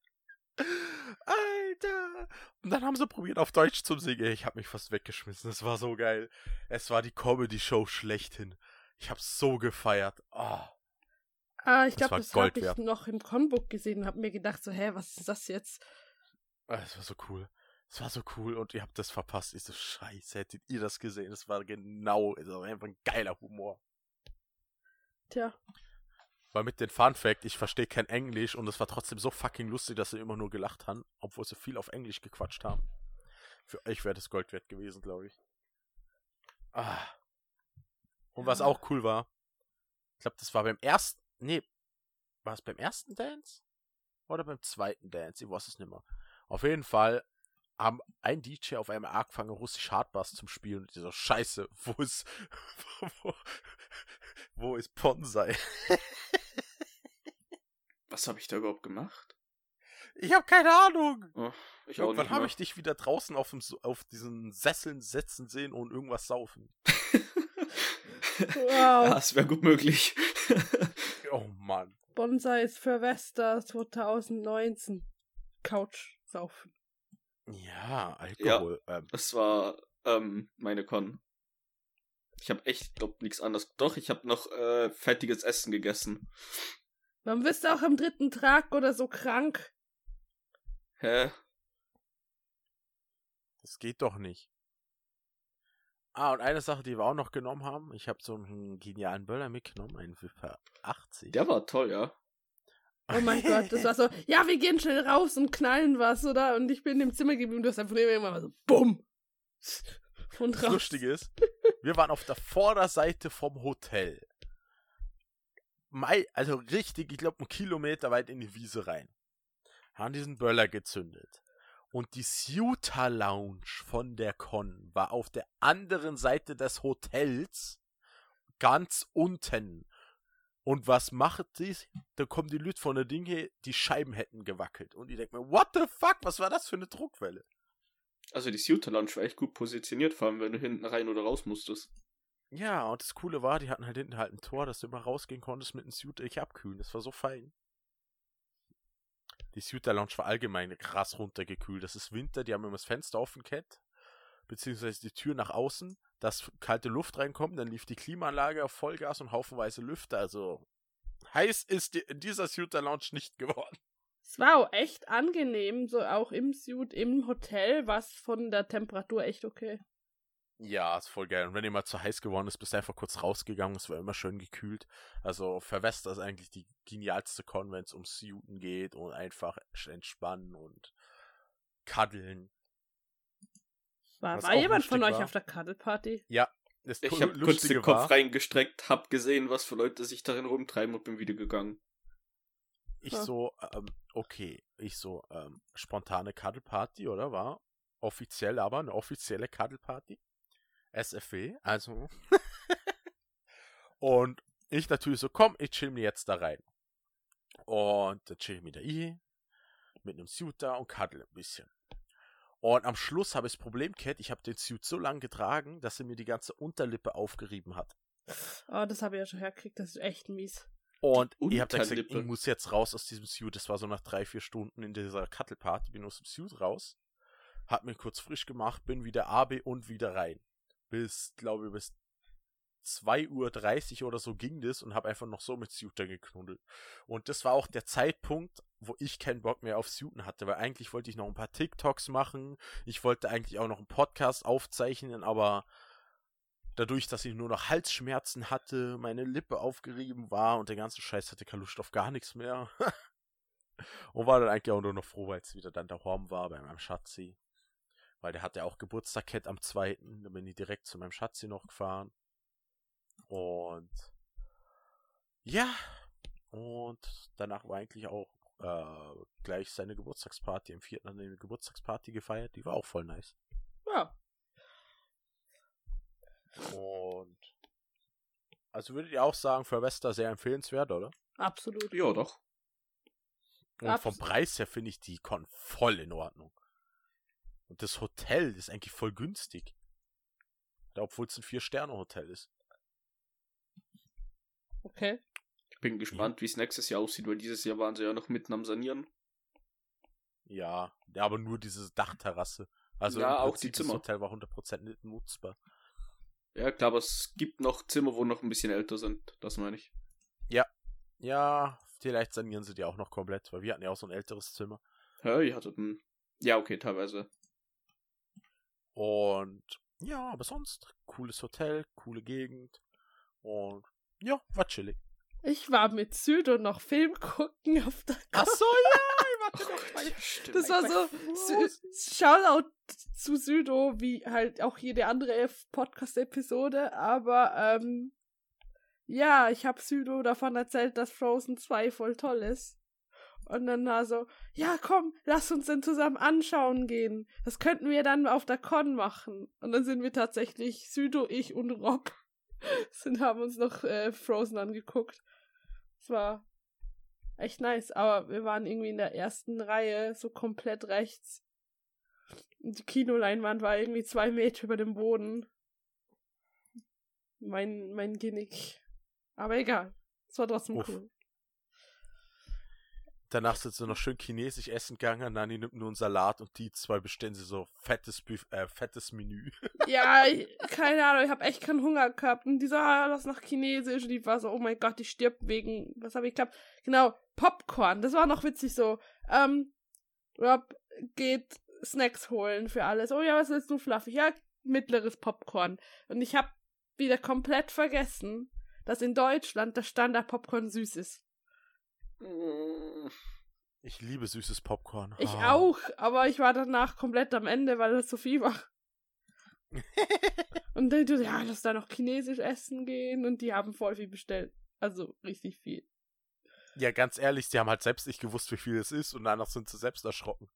Alter! Und dann haben sie probiert, auf Deutsch zu singen. Ich hab mich fast weggeschmissen, das war so geil. Es war die Comedy-Show schlechthin. Ich hab's so gefeiert. Oh. Ich Das glaube, war das Gold habe ich wert. noch im Conbook gesehen und habe mir gedacht, so, hä, was ist das jetzt? Es war so cool. Es war so cool und ihr habt das verpasst. Ich so, scheiße, hättet ihr das gesehen? Es war genau, es war einfach ein geiler Humor. Tja, Weil mit den Fun Fact, ich verstehe kein Englisch und es war trotzdem so fucking lustig, dass sie immer nur gelacht haben, obwohl sie viel auf Englisch gequatscht haben. Für euch wäre das Gold wert gewesen, glaube ich. Und was Ja. auch cool war, ich glaube, das war beim ersten, war es beim ersten Dance? Oder beim zweiten Dance? Ich weiß es nicht mehr. Auf jeden Fall haben ein DJ auf einmal angefangen, russisch Hardbass zum Spielen und die so, scheiße, wo ist Bonsai? Was habe ich da überhaupt gemacht? Ich habe keine Ahnung. Oh, ich auch Irgendwann nicht habe mehr. ich dich wieder draußen auf diesen Sesseln sitzen sehen und irgendwas saufen. Ja, wow. es wäre gut möglich. Oh Mann. Bonsai ist für Wester 2019. Couch saufen. Ja, Alkohol. Das war meine Con. Ich habe echt, glaub, nichts anderes. Doch, ich habe noch fettiges Essen gegessen. Warum bist du auch am 3. Tag oder so krank? Hä? Das geht doch nicht. und eine Sache, die wir auch noch genommen haben, ich habe so einen genialen Böller mitgenommen, einen Viper 80. Der war toll, ja. Oh mein Gott, das war so, ja, wir gehen schnell raus und knallen was, oder? Und ich bin im Zimmer geblieben und du hast einfach irgendwann mal so, bumm! Und Das raus. Lustige ist, wir waren auf der Vorderseite vom Hotel. Also richtig, ich glaube, 1 Kilometer weit in die Wiese rein. Haben diesen Böller gezündet. Und die Suita Lounge von der Con war auf der anderen Seite des Hotels, ganz unten. Und was macht die? Da kommen die Leute von der Dinge, die Scheiben hätten gewackelt. Und ich denke mir, what the fuck, was war das für eine Druckwelle? Also die Suita Lounge war echt gut positioniert, vor allem wenn du hinten rein oder raus musstest. Ja, und das Coole war, die hatten halt hinten halt ein Tor, dass du immer rausgehen konntest mit einem Suit dich abkühlen. Das war so fein. Die Suita Lounge war allgemein krass runtergekühlt. Das ist Winter, die haben immer das Fenster offen gehabt, beziehungsweise die Tür nach außen, dass kalte Luft reinkommt, dann lief die Klimaanlage auf Vollgas und haufenweise Lüfter. Also heiß ist in dieser Suita Lounge nicht geworden. Es war auch echt angenehm, so auch im Suit, im Hotel, war es von der Temperatur echt okay. Ja, ist voll geil. Und wenn ihr mal zu heiß geworden ist, bist du einfach kurz rausgegangen. Es war immer schön gekühlt. Also für Wester ist eigentlich die genialste Con, wenn es um Suiten geht und einfach entspannen und kaddeln. War jemand von euch auf der Cuddle-Party? Ja. Ich habe kurz den Kopf reingestreckt, hab gesehen, was für Leute sich darin rumtreiben und bin wieder gegangen. Spontane Cuddle-Party, oder? War offiziell aber eine offizielle Cuddle-Party. SFW, also. Und ich natürlich so, komm, ich chill mir jetzt da rein. Und dann chill ich mir da mit einem Suit da und cuddle ein bisschen. Und am Schluss habe ich das Problem gehabt, ich habe den Suit so lange getragen, dass er mir die ganze Unterlippe aufgerieben hat. Oh, das habe ich ja schon hergekriegt, das ist echt mies. Und ich habe dann gesagt, ich muss jetzt raus aus diesem Suit. Das war so nach 3-4 Stunden in dieser Cuddle-Party, bin aus dem Suit raus, hab mir kurz frisch gemacht, bin wieder AB und wieder rein. Bis 2:30 Uhr oder so ging das und habe einfach noch so mit Suiter geknuddelt. Und das war auch der Zeitpunkt, wo ich keinen Bock mehr auf Suiten hatte, weil eigentlich wollte ich noch ein paar TikToks machen, ich wollte eigentlich auch noch einen Podcast aufzeichnen, aber dadurch, dass ich nur noch Halsschmerzen hatte, meine Lippe aufgerieben war und der ganze Scheiß, hatte keine Lust auf gar nichts mehr. Und war dann eigentlich auch nur noch froh, weil es wieder dann daheim war bei meinem Schatzi. Weil der hatte auch Geburtstag am 2. Da bin ich direkt zu meinem Schatzi noch gefahren. Und ja, und danach war eigentlich auch gleich seine Geburtstagsparty. Am 4. hat er eine Geburtstagsparty gefeiert, die war auch voll nice. Ja. Und also würdet ihr auch sagen, für Wester sehr empfehlenswert, oder? Absolut. Ja, doch. Und vom Preis her finde ich die Con voll in Ordnung. Und das Hotel ist eigentlich voll günstig. Obwohl es ein 4-Sterne-Hotel ist. Okay. Ich bin gespannt, wie es nächstes Jahr aussieht, weil dieses Jahr waren sie ja noch mitten am Sanieren. Ja, aber nur diese Dachterrasse. Also ja, im auch die Prinzip Zimmer. Das Hotel war 100% nicht nutzbar. Ja, klar, aber es gibt noch Zimmer, wo noch ein bisschen älter sind. Das meine ich. Ja, vielleicht sanieren sie die auch noch komplett, weil wir hatten ja auch so ein älteres Zimmer. Ja, ihr hattet ein... Ja, okay, teilweise. Und ja, aber sonst cooles Hotel, coole Gegend und ja, war chillig. Ich war mit Südo noch Film gucken auf der Ach so, ja, ich warte noch mal. Stimmt. Das war so Shoutout zu Südo, wie halt auch jede andere Podcast-Episode, aber ja, ich habe Südo davon erzählt, dass Frozen 2 voll toll ist. Und dann war so, ja komm, lass uns den zusammen anschauen gehen. Das könnten wir dann auf der Con machen. Und dann sind wir tatsächlich, Südo, ich und Rob, haben uns noch Frozen angeguckt. Es war echt nice, aber wir waren irgendwie in der ersten Reihe, so komplett rechts. Und die Kinoleinwand war irgendwie 2 Meter über dem Boden. Mein Genick. Aber egal, es war trotzdem cool. Danach sind sie noch schön chinesisch essen gegangen, Nani nimmt nur einen Salat und die 2 bestellen sie so fettes Menü. Ja, keine Ahnung, ich habe echt keinen Hunger gehabt. Und die so, das nach Chinesisch. Und die war so, oh mein Gott, die stirbt wegen, was habe ich gehabt? Genau, Popcorn, das war noch witzig so. Rob geht Snacks holen für alles. Oh ja, was willst du, Fluffy? Ja, mittleres Popcorn. Und ich habe wieder komplett vergessen, dass in Deutschland das Standard-Popcorn süß ist. Ich liebe süßes Popcorn. Ich auch, aber ich war danach komplett am Ende, weil das so viel war. Und dann du, ja, lass da noch chinesisch essen gehen und die haben voll viel bestellt. Also richtig viel. Ja, ganz ehrlich, die haben halt selbst nicht gewusst, wie viel es ist und danach sind sie selbst erschrocken.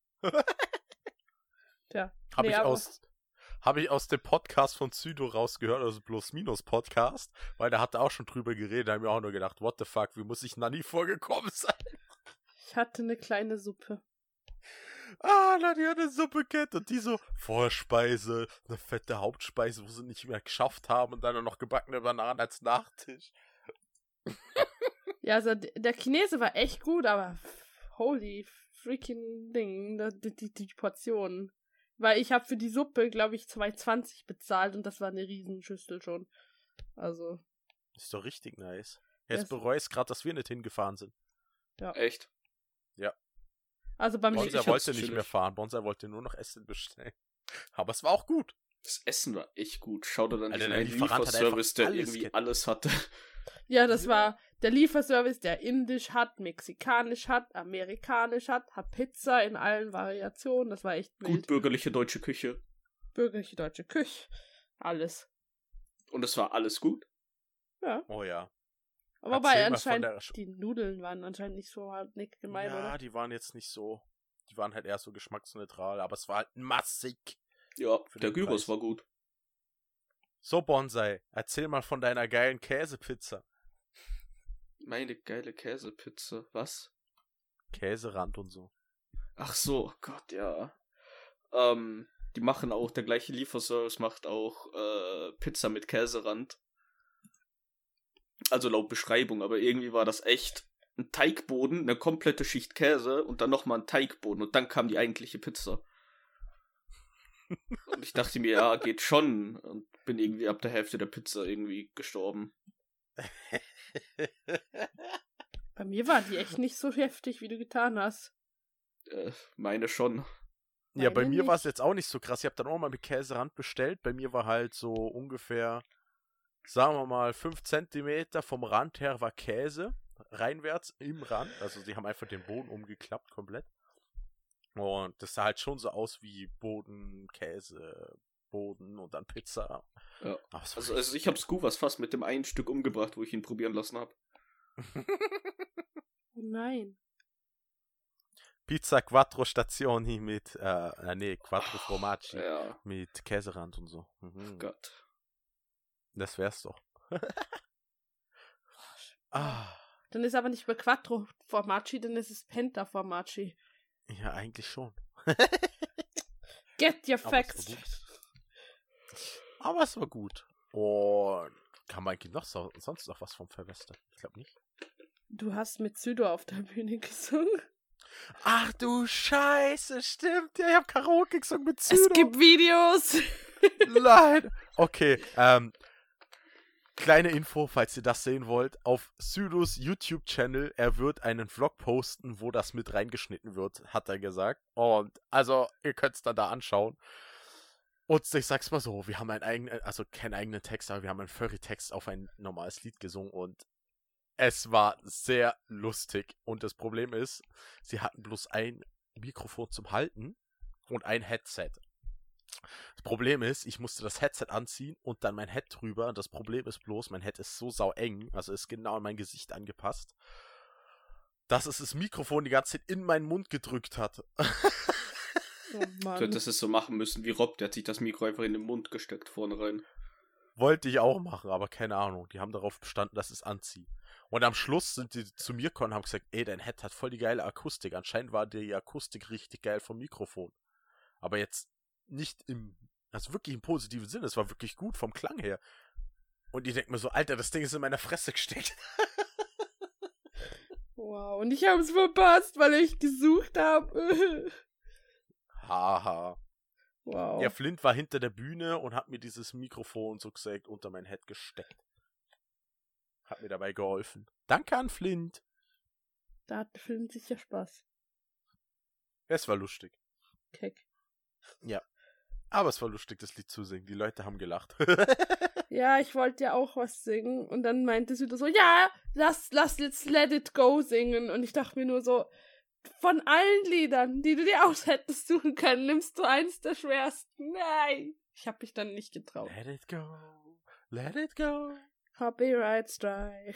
Tja. Habe ich aus dem Podcast von Südo rausgehört, also Plus-Minus-Podcast, weil der hatte auch schon drüber geredet, da haben wir auch nur gedacht, what the fuck, wie muss ich da nie vorgekommen sein? Ich hatte eine kleine Suppe. Na, die hat eine Suppe gehabt und die so Vorspeise, eine fette Hauptspeise, wo sie nicht mehr geschafft haben und dann noch gebackene Bananen als Nachtisch. Ja, also der Chinese war echt gut, aber holy freaking Ding, die Portionen. Weil ich habe für die Suppe, glaube ich, 2,20 bezahlt und das war eine Riesenschüssel schon. Also. Ist doch richtig nice. Jetzt bereue ich gerade, dass wir nicht hingefahren sind. Ja. Echt? Ja. Also beim Bonsai wollte nicht mehr fahren. Bonsai wollte nur noch Essen bestellen. Aber es war auch gut. Das Essen war echt gut. Schau dir dann diesen der Lieferservice, der irgendwie alles hatte. Ja, das war der Lieferservice, der indisch hat, mexikanisch hat, amerikanisch hat Pizza in allen Variationen. Das war echt wild. Gut bürgerliche deutsche Küche. Bürgerliche deutsche Küche. Alles. Und es war alles gut? Ja. Oh ja. Aber bei anscheinend, die Nudeln waren anscheinend nicht so hart nicht gemein, ja, oder? Ja, die waren jetzt nicht so, die waren halt eher so geschmacksneutral, aber es war halt massig. Ja, der Gyros war gut. So, Bonsai, erzähl mal von deiner geilen Käsepizza. Meine geile Käsepizza, was? Käserand und so. Ach so, Gott, ja. Die machen auch, der gleiche Lieferservice macht auch Pizza mit Käserand. Also laut Beschreibung, aber irgendwie war das echt ein Teigboden, eine komplette Schicht Käse und dann nochmal ein Teigboden und dann kam die eigentliche Pizza. Und ich dachte mir, ja, geht schon. Und bin irgendwie ab der Hälfte der Pizza irgendwie gestorben. Bei mir war die echt nicht so heftig, wie du getan hast. Meine schon. Ja, bei mir war es jetzt auch nicht so krass. Ich habe dann auch mal mit Käserand bestellt. Bei mir war halt so ungefähr, sagen wir mal, 5 Zentimeter vom Rand her war Käse. Reinwärts im Rand. Also sie haben einfach den Boden umgeklappt komplett. Und das sah halt schon so aus wie Boden, Käse, Boden und dann Pizza. Ja. Also ich habe Scuvas fast mit dem einen Stück umgebracht, wo ich ihn probieren lassen habe. Nein. Pizza Quattro Stazioni mit, Quattro Formaggi ja. mit Käserand und so. Oh Gott. Das wär's doch. Dann ist aber nicht mehr Quattro Formaggi, dann ist es Penta Formaggi. Ja, eigentlich schon. Get your facts. Aber es war gut. Und kann man eigentlich sonst noch was vom Verwestern? Ich glaube nicht. Du hast mit Südo auf der Bühne gesungen. Ach du Scheiße, stimmt. Ja, ich habe Karaoke gesungen mit Südo. Es gibt Videos. Nein. Okay, kleine Info, falls ihr das sehen wollt. Auf Südos YouTube-Channel, er wird einen Vlog posten, wo das mit reingeschnitten wird, hat er gesagt. Und also, ihr könnt es dann da anschauen. Und ich sag's mal so, wir haben keinen eigenen Text, aber wir haben einen Furry-Text auf ein normales Lied gesungen und es war sehr lustig. Und das Problem ist, sie hatten bloß ein Mikrofon zum Halten und ein Headset. Das Problem ist, ich musste das Headset anziehen und dann mein Head drüber. Das Problem ist bloß, mein Head ist so saueng, also ist genau an mein Gesicht angepasst, dass es das Mikrofon die ganze Zeit in meinen Mund gedrückt hat. Oh Mann. Du hättest es so machen müssen wie Rob, der hat sich das Mikro einfach in den Mund gesteckt vorne rein. Wollte ich auch machen, aber keine Ahnung. Die haben darauf bestanden, dass ich es anziehe. Und am Schluss sind die zu mir gekommen und haben gesagt, ey, dein Head hat voll die geile Akustik. Anscheinend war die Akustik richtig geil vom Mikrofon. Aber jetzt nicht also wirklich im positiven Sinne. Es war wirklich gut vom Klang her. Und ich denke mir so, Alter, das Ding ist in meiner Fresse gesteckt. Wow, und ich habe es verpasst, weil ich gesucht habe. Haha. Wow. Ja, Flint war hinter der Bühne und hat mir dieses Mikrofon so gesagt unter mein Head gesteckt. Hat mir dabei geholfen. Danke an Flint. Da hat Flint sicher Spaß. Es war lustig. Keck. Ja. Aber es war lustig, das Lied zu singen. Die Leute haben gelacht. Ja, ich wollte ja auch was singen. Und dann meinte sie wieder so, ja, lass jetzt Let It Go singen. Und ich dachte mir nur so, von allen Liedern, die du dir aus hättest suchen können, nimmst du eins der schwersten. Nein. Ich habe mich dann nicht getraut. Let it go, let it go. Copyright Strike.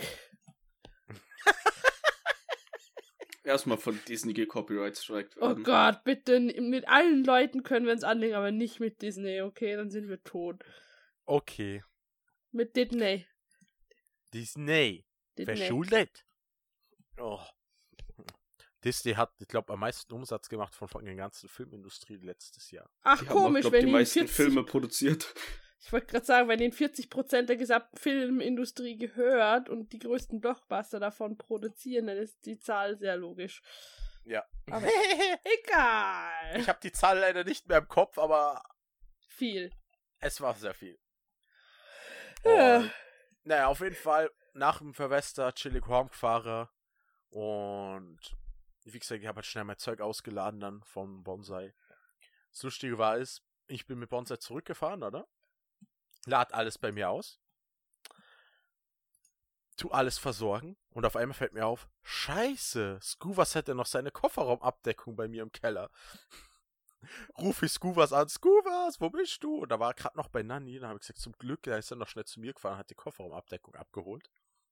Erstmal von Disney gecopyright strike Oh werden. Gott, bitte, mit allen Leuten können wir uns anlegen, aber nicht mit Disney, okay? Dann sind wir tot. Okay. Mit Disney. Disney. Verschuldet. Oh. Disney hat, ich glaube, am meisten Umsatz gemacht von der ganzen Filmindustrie letztes Jahr. Ach, Die komisch, haben auch, glaub, wenn die die meisten 40, Filme produziert. Ich wollte gerade sagen, wenn ihnen 40% der gesamten Filmindustrie gehört und die größten Blockbuster davon produzieren, dann ist die Zahl sehr logisch. Ja. Aber egal. Ich habe die Zahl leider nicht mehr im Kopf, aber Viel. es war sehr viel. Ja. Und, naja, auf jeden Fall nach dem Silvester chillig heimgefahren und wie gesagt, ich habe halt schnell mein Zeug ausgeladen dann vom Bonsai. Das Lustige war ich bin mit Bonsai zurückgefahren, oder? Lad alles bei mir aus. Tu alles versorgen und auf einmal fällt mir auf, scheiße, Scoovas hätte noch seine Kofferraumabdeckung bei mir im Keller. Ruf ich Scoovas an, Scoovas, wo bist du? Und da war er gerade noch bei Nanny, dann habe ich gesagt, zum Glück, da ist er noch schnell zu mir gefahren, hat die Kofferraumabdeckung abgeholt.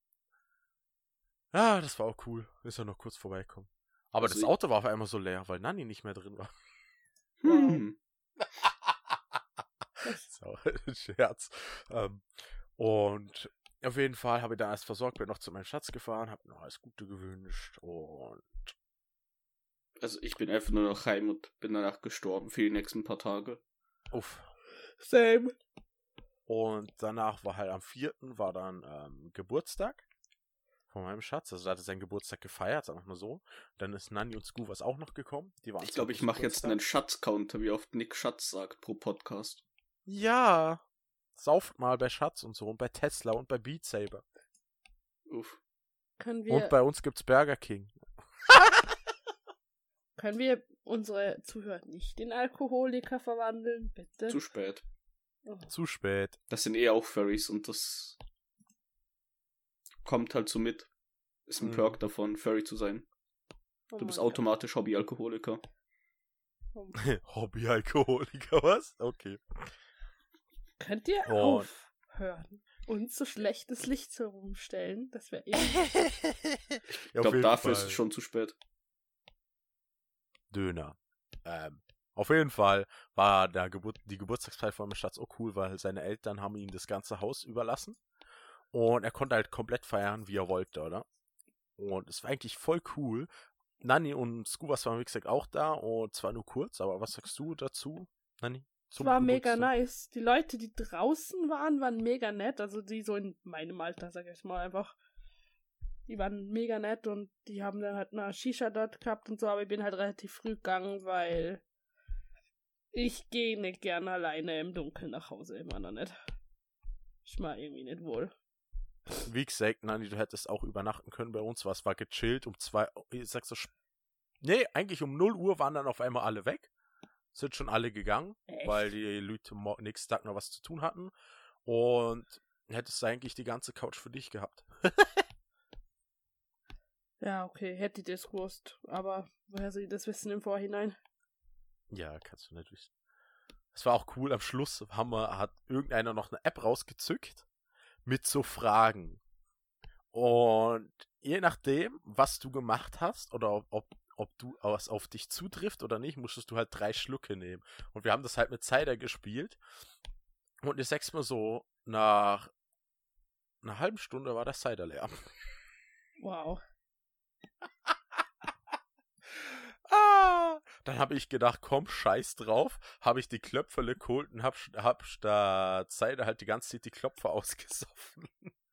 Ja, das war auch cool, ist er noch kurz vorbeikommen. Aber Also das Auto war auf einmal so leer, weil Nanny nicht mehr drin war. Hm. So, Scherz. Und auf jeden Fall habe ich dann alles versorgt, bin noch zu meinem Schatz gefahren, habe noch alles Gute gewünscht und Also ich bin einfach nur noch heim und bin danach gestorben für die nächsten paar Tage. uff. Same. Und danach war halt am 4. war dann Geburtstag von meinem Schatz. Also da hat er seinen Geburtstag gefeiert, sagen wir mal so. Dann ist Nanny und Scoovas auch noch gekommen. Die waren Ich glaube, ich mache jetzt einen Schatzcounter, wie oft Nick Schatz sagt pro Podcast. Ja. Sauft mal bei Schatz und so und bei Tesla und bei Beat Saber. Uff. Können Und bei uns gibt's Burger King. Können wir unsere Zuhörer nicht in Alkoholiker verwandeln, bitte? Zu spät. Oh. Zu spät. Das sind auch Furries und das kommt halt so mit. Ist ein Perk davon, Furry zu sein. Oh Du bist mein automatisch Hobbyalkoholiker. Gott. Oh. Hobbyalkoholiker, was? Okay. Könnt ihr Oh. aufhören, uns so schlechtes Licht zu rumstellen? Das wäre eh... Ich glaube, dafür ist es schon zu spät. Döner. Auf jeden Fall war die Geburtstagsfeier von meinem Schatz auch cool, weil seine Eltern haben ihm das ganze Haus überlassen. Und er konnte halt komplett feiern, wie er wollte, oder? Und es war eigentlich voll cool. Nanny und Scoovas waren, wie gesagt, auch da. Und zwar nur kurz, aber was sagst du dazu, Nanny? Es war mega nice. Die Leute, die draußen waren mega nett. Also die so in meinem Alter, sag ich mal, einfach. Die waren mega nett und die haben dann halt eine Shisha dort gehabt und so, aber ich bin halt relativ früh gegangen, weil ich gehe nicht gerne alleine im Dunkeln nach Hause, immer noch nicht. Ich mag irgendwie nicht wohl. Wie gesagt, Nanny, du hättest auch übernachten können bei uns. Es war gechillt um 2, ich sag so, nee, eigentlich um 0 Uhr waren dann auf einmal alle weg. Sind schon alle gegangen, Echt? weil die Leute nächsten Tag noch was zu tun hatten. Und hättest du eigentlich die ganze Couch für dich gehabt. Ja, okay, hätte ich das gewusst. Aber woher soll ich das wissen im Vorhinein? Ja, kannst du nicht wissen. Es war auch cool, am Schluss hat irgendeiner noch eine App rausgezückt mit so Fragen. Und je nachdem, was du gemacht hast oder ob du was auf dich zutrifft oder nicht, musstest du halt 3 Schlucke nehmen. Und wir haben das halt mit Cider gespielt. Und ich sag's mal so, nach einer halben Stunde war der Cider leer. Wow. Dann habe ich gedacht, komm, scheiß drauf. Habe ich die Klöpferle geholt und hab da Cider halt die ganze Zeit die Klopfer ausgesoffen.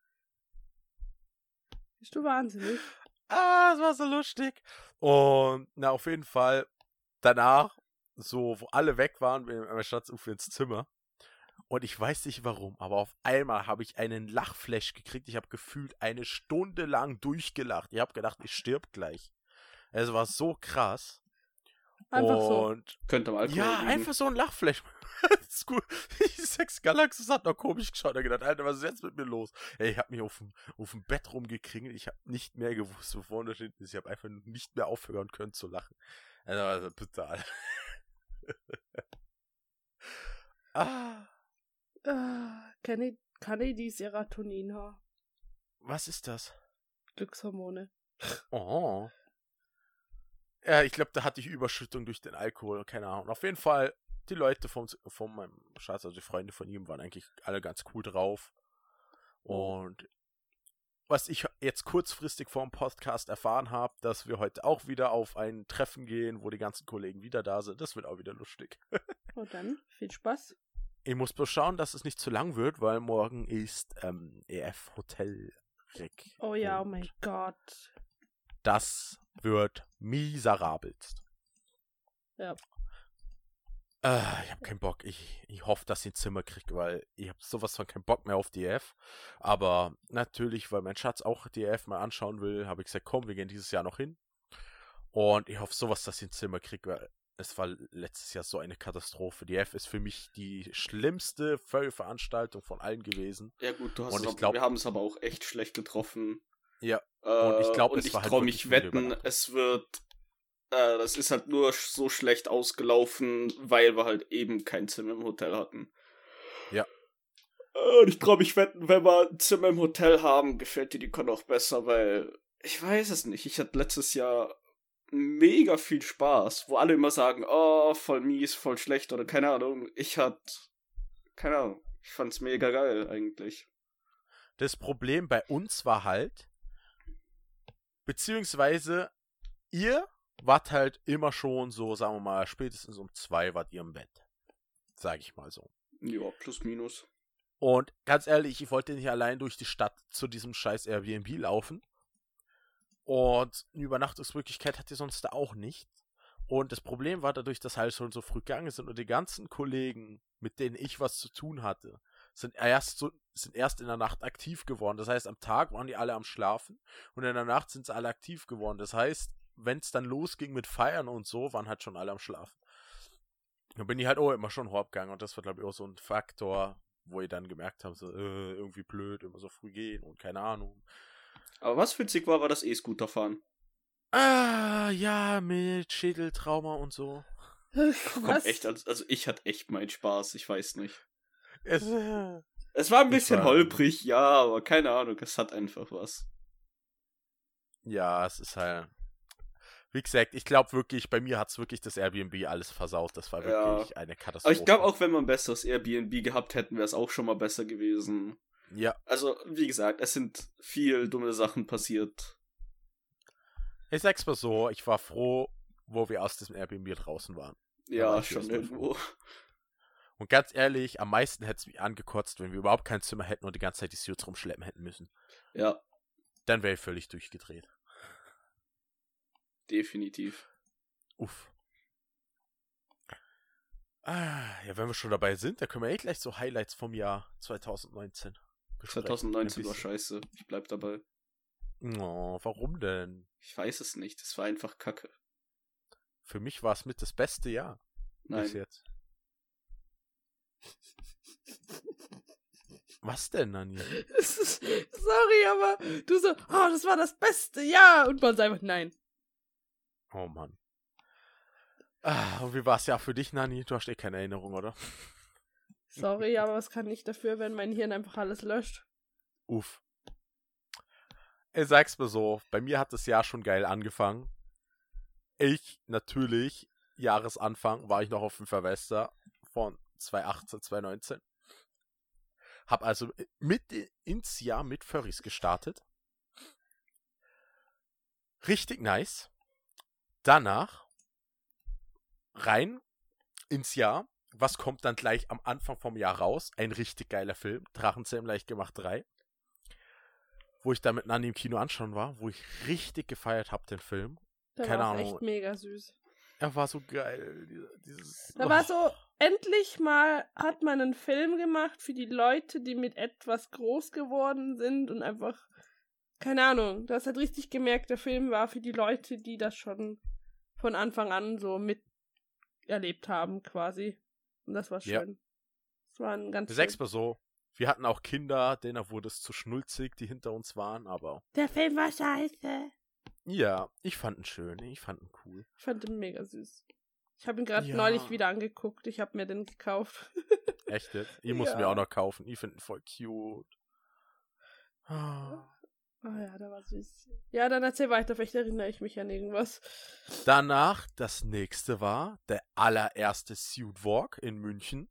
Bist du wahnsinnig? Das war so lustig. Und na, auf jeden Fall danach, so, wo alle weg waren, bin ich mit meiner Schatz ins Zimmer. Und ich weiß nicht warum, aber auf einmal habe ich einen Lachflash gekriegt. Ich habe gefühlt 1 Stunde lang durchgelacht. Ich habe gedacht, ich stirb gleich. Es war so krass. Einfach so. Und Könnte mal Alkohol ja, liegen. einfach so ein Lachflash. Das ist gut. Die Sex Galaxis hat noch komisch geschaut. Er gedacht, Alter, was ist jetzt mit mir los? Ey, ich hab mich auf dem Bett rumgekringelt. Ich hab nicht mehr gewusst, wo vorne steht. Ich hab einfach nicht mehr aufhören können zu lachen. Also total. Kann ich die Serotonin haben? Was ist das? Glückshormone. Oh. Ja, ich glaube, da hatte ich Überschüttung durch den Alkohol. Keine Ahnung. Auf jeden Fall, die Leute von meinem Schatz, also die Freunde von ihm, waren eigentlich alle ganz cool drauf. Und was ich jetzt kurzfristig vor dem Podcast erfahren habe, dass wir heute auch wieder auf ein Treffen gehen, wo die ganzen Kollegen wieder da sind. Das wird auch wieder lustig. Und dann, viel Spaß. Ich muss bloß schauen, dass es nicht zu lang wird, weil morgen ist EF Hotel Rick. Oh ja, oh mein Gott. Das wird miserabelst. Ja. Ich habe keinen Bock. Ich hoffe, dass ich ein Zimmer kriege, weil ich habe sowas von keinen Bock mehr auf DF. Aber natürlich, weil mein Schatz auch DF mal anschauen will, habe ich gesagt, komm, wir gehen dieses Jahr noch hin. Und ich hoffe sowas, dass ich ein Zimmer kriege, weil es war letztes Jahr so eine Katastrophe. DF ist für mich die schlimmste Veranstaltung von allen gewesen. Ja gut, wir haben es aber auch echt schlecht getroffen. Ja. Und ich glaube, ich traue mich wetten, es wird das ist halt nur so schlecht ausgelaufen, weil wir halt eben kein Zimmer im Hotel hatten. Ja. Und ich traue mich wetten, wenn wir ein Zimmer im Hotel haben, gefällt dir die Con auch besser, weil ich weiß es nicht. Ich hatte letztes Jahr mega viel Spaß, wo alle immer sagen, oh, voll mies, voll schlecht oder keine Ahnung. Ich fand's mega geil eigentlich. Das Problem bei uns war halt, beziehungsweise ihr wart halt immer schon so, sagen wir mal, spätestens um 2 wart ihr im Bett. Sag ich mal so. Ja, plus minus. Und ganz ehrlich, ich wollte nicht allein durch die Stadt zu diesem scheiß Airbnb laufen. Und eine Übernachtungsmöglichkeit hat ihr sonst da auch nicht. Und das Problem war dadurch, dass halt schon so früh gegangen sind und die ganzen Kollegen, mit denen ich was zu tun hatte, sind erst in der Nacht aktiv geworden. Das heißt, am Tag waren die alle am Schlafen und in der Nacht sind sie alle aktiv geworden. Das heißt, wenn es dann losging mit Feiern und so, waren halt schon alle am Schlafen. Dann bin ich halt auch immer schon hochgegangen und das war, glaube ich, auch so ein Faktor, wo ich dann gemerkt habe, so, irgendwie blöd, immer so früh gehen und keine Ahnung. Aber was witzig war das E-Scooter fahren. Ja, mit Schädeltrauma und so. Was? Echt, also ich hatte echt meinen Spaß, ich weiß nicht. Es war ein bisschen holprig, ja, aber keine Ahnung, es hat einfach was. Ja, es ist halt. Wie gesagt, ich glaube wirklich, bei mir hat es wirklich das Airbnb alles versaut. Das war wirklich eine Katastrophe. Aber ich glaube, auch wenn wir ein besseres Airbnb gehabt hätten, wäre es auch schon mal besser gewesen. Ja. Also, wie gesagt, es sind viel dumme Sachen passiert. Ich sag's mal so, ich war froh, wo wir aus diesem Airbnb draußen waren. Ja, schon irgendwo. Und ganz ehrlich, am meisten hätte es mich angekotzt, wenn wir überhaupt kein Zimmer hätten und die ganze Zeit die Suits rumschleppen hätten müssen. Ja. Dann wäre ich völlig durchgedreht. Definitiv. Uff. Ja, wenn wir schon dabei sind, dann können wir gleich so Highlights vom Jahr 2019 besprechen. 2019 war scheiße. Ich bleib dabei. Oh, warum denn? Ich weiß es nicht. Es war einfach Kacke. Für mich war es mit das beste Jahr. Nein. Bis jetzt. Was denn, Nani? Sorry, aber du so, oh, das war das beste Jahr. Und man sagt einfach, nein. Oh Mann. Und wie war es ja für dich, Nani? Du hast eh keine Erinnerung, oder? Sorry, aber was kann ich dafür, wenn mein Hirn einfach alles löscht? Uff. Ich sag's mir so, bei mir hat das Jahr schon geil angefangen. Natürlich, Jahresanfang war ich noch auf dem Silvester von 2018, 2019. Hab also ins Jahr mit Furries gestartet. Richtig nice. Danach rein ins Jahr. Was kommt dann gleich am Anfang vom Jahr raus? Ein richtig geiler Film. Drachenzähmen leicht gemacht 3. Wo ich da mit Nani im Kino anschauen war. Wo ich richtig gefeiert habe, den Film. Der Keine war Ahnung. echt mega süß. Er war so geil. Da war so, endlich mal hat man einen Film gemacht für die Leute, die mit etwas groß geworden sind und einfach, keine Ahnung, du hast halt richtig gemerkt, der Film war für die Leute, die das schon von Anfang an so mit erlebt haben, quasi. Und das war schön. Ja. Das war ein ganz Wir sag's mal so, wir hatten auch Kinder, denen wurde es zu schnulzig, die hinter uns waren, aber Der Film war scheiße. ja, ich fand ihn schön, ich fand ihn cool. Ich fand ihn mega süß. Ich habe ihn gerade Ja. neulich wieder angeguckt. Ich habe mir den gekauft. Echt jetzt? Ich muss Ja. mir auch noch kaufen, ich finde ihn voll cute. Ah. Ah ja, der war süß. Ja, dann erzähl weiter, vielleicht erinnere ich mich an irgendwas. Danach, das nächste war der allererste Suit Walk in München.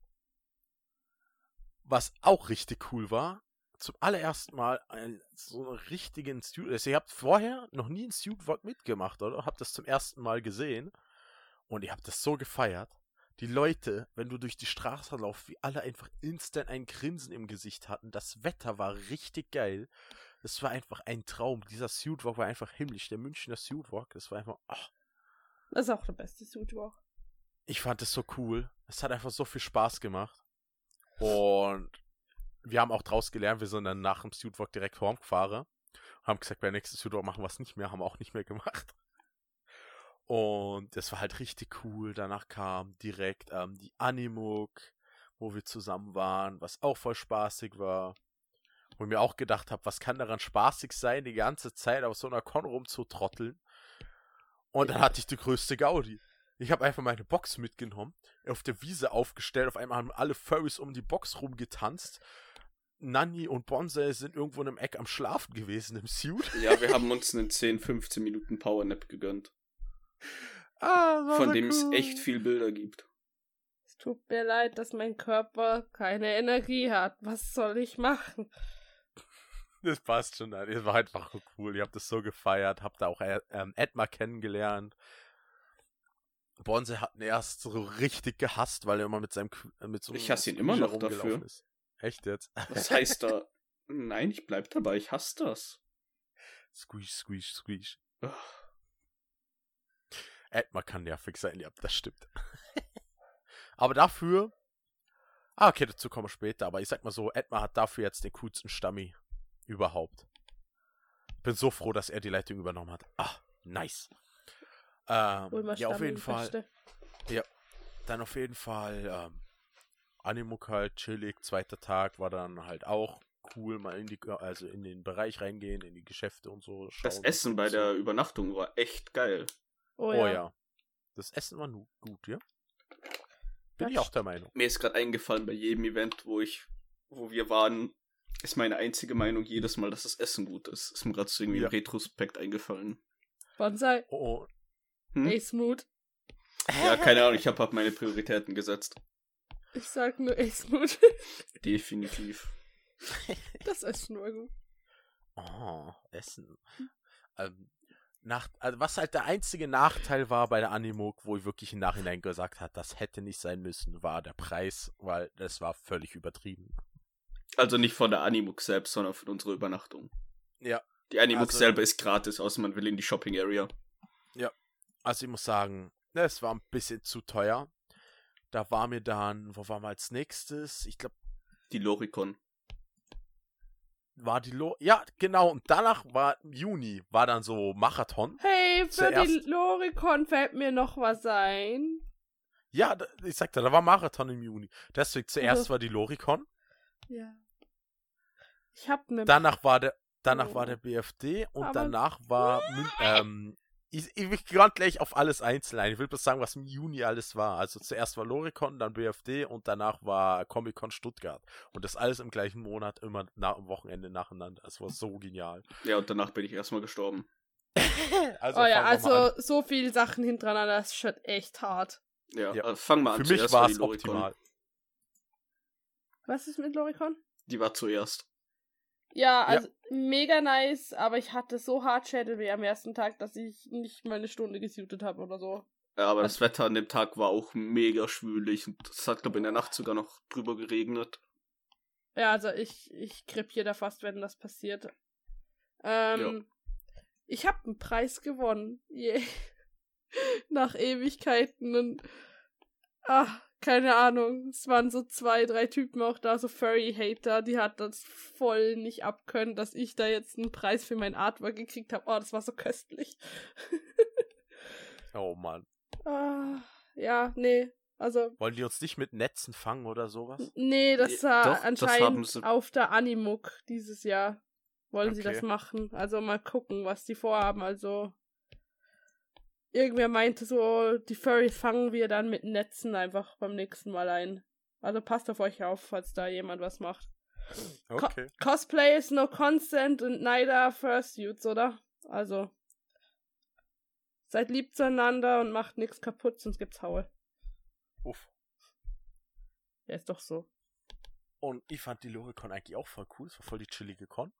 Was auch richtig cool war. Zum allerersten Mal so einen richtigen Suit. Also ihr habt vorher noch nie einen Suit Walk mitgemacht, oder? Habt das zum ersten Mal gesehen. Und ihr habt das so gefeiert. Die Leute, wenn du durch die Straße laufst, wie alle einfach instant ein Grinsen im Gesicht hatten. Das Wetter war richtig geil. Es war einfach ein Traum. Dieser Suit Walk war einfach himmlisch. Der Münchner Suit Walk, das war einfach, ach, Das ist auch der beste Suitwalk. ich fand es so cool. Es hat einfach so viel Spaß gemacht. Und wir haben auch draus gelernt, wir sind dann nach dem Suit Walk direkt vorgefahren. Haben gesagt, bei nächsten Suit Walk machen wir es nicht mehr, haben wir auch nicht mehr gemacht. Und das war halt richtig cool. Danach kam direkt die Animuk, wo wir zusammen waren, was auch voll spaßig war. Wo ich mir auch gedacht habe, was kann daran spaßig sein, die ganze Zeit auf so einer Con rumzutrotteln. Und dann hatte ich die größte Gaudi. Ich habe einfach meine Box mitgenommen, auf der Wiese aufgestellt. Auf einmal haben alle Furries um die Box rumgetanzt. Nanni und Bonsai sind irgendwo in einem Eck am Schlafen gewesen im Suit. Ja, wir haben uns einen 10-15 Minuten Powernap gegönnt. War Von so dem es cool. echt viel Bilder gibt. Es tut mir leid, dass mein Körper keine Energie hat. Was soll ich machen? Das passt schon. Es war einfach so cool. Ich hab das so gefeiert. Hab da auch Edmar kennengelernt. Bonsai hat ihn erst so richtig gehasst, weil er immer mit so Ich hasse ihn immer noch dafür. ist. Echt jetzt? Was heißt da? Nein, ich bleib dabei, ich hasse das. Squeeze, squeeze, squeeze. Ugh. Edmar kann nervig sein, ja, das stimmt. Aber dafür... okay, dazu kommen wir später. Aber ich sag mal so, Edmar hat dafür jetzt den coolsten Stammi überhaupt. Bin so froh, dass er die Leitung übernommen hat. Nice. Ja, auf jeden Fall. Ja, dann auf jeden Fall Animuk halt, chillig. Zweiter Tag war dann halt auch cool, mal in den Bereich reingehen, in die Geschäfte und so. Das schauen, Essen bei der Übernachtung war echt geil. Oh Oh ja. ja. Das Essen war gut, ja? Bin ich auch der Meinung. Mir ist gerade eingefallen, bei jedem Event, wo wir waren, ist meine einzige Meinung jedes Mal, dass das Essen gut ist. Ist mir gerade so irgendwie Ja. im Retrospekt eingefallen. Bonsai, Oh, Ace Mood. Ja, keine Ahnung, ich habe halt meine Prioritäten gesetzt. Ich sag nur Ace Mood. Definitiv. Das ist nur gut. Essen. Also was halt der einzige Nachteil war bei der Animuk, wo ich wirklich im Nachhinein gesagt habe, das hätte nicht sein müssen, war der Preis, weil das war völlig übertrieben. Also nicht von der Animuk selbst, sondern von unserer Übernachtung. Ja. Die Animuk Also- selber ist gratis, außer man will in die Shopping Area. Also ich muss sagen, es war ein bisschen zu teuer. Da war mir dann, wo waren wir als nächstes? Ich glaube, Die Loricon. war die ja, genau. Und danach war im Juni, war dann so Marathon. Hey, für Zuerst- die Loricon fällt mir noch was ein. Ja, ich sagte, da war Marathon im Juni. Deswegen zuerst Also- war die Loricon. Ja. Ich hab ne... Danach war der Oh. BFD und Aber- danach war ich will gerade gleich auf alles einzeln ein. Ich will bloß sagen, was im Juni alles war. Also zuerst war Loricon, dann BFD und danach war Comic-Con Stuttgart. Und das alles im gleichen Monat, immer am Wochenende nacheinander. Das war so genial. Ja, und danach bin ich erstmal gestorben. Also Oh ja, fangen wir mal an. also so viele Sachen hintereinander, das ist schon echt hart. Ja, Ja. fang mal an. Für mich Zuerst war die es Loricon. optimal. Was ist mit Loricon? Die war zuerst. Ja, also mega nice, aber ich hatte so hart Schädelweh am ersten Tag, dass ich nicht mal eine Stunde gesuitet habe oder so. Ja, aber das Wetter an dem Tag war auch mega schwülig und es hat, glaube ich, in der Nacht sogar noch drüber geregnet. Ja, also ich krepiere da fast, wenn das passiert. Ich habe einen Preis gewonnen. Yeah. Nach Ewigkeiten und keine Ahnung. Es waren so 2, 3 Typen auch da, so Furry-Hater, die hat das voll nicht abkönnen, dass ich da jetzt einen Preis für mein Artwork gekriegt habe. Oh, das war so köstlich. Oh Mann. Ja, nee. Also, Wollen die uns nicht mit Netzen fangen oder sowas? nee, das war Doch, das haben anscheinend sie. auf der Animuk dieses Jahr. Wollen sie Okay. das machen. Also mal gucken, was die vorhaben. Also, irgendwer meinte so, die Furries fangen wir dann mit Netzen einfach beim nächsten Mal ein. Also passt auf euch auf, falls da jemand was macht. Okay. Cosplay is no constant and neither fursuits, oder? Also, seid lieb zueinander und macht nichts kaputt, sonst gibt's Haue. Uff. Ja, ist doch so. Und ich fand die Loricon eigentlich auch voll cool. Es war voll die chillige Con.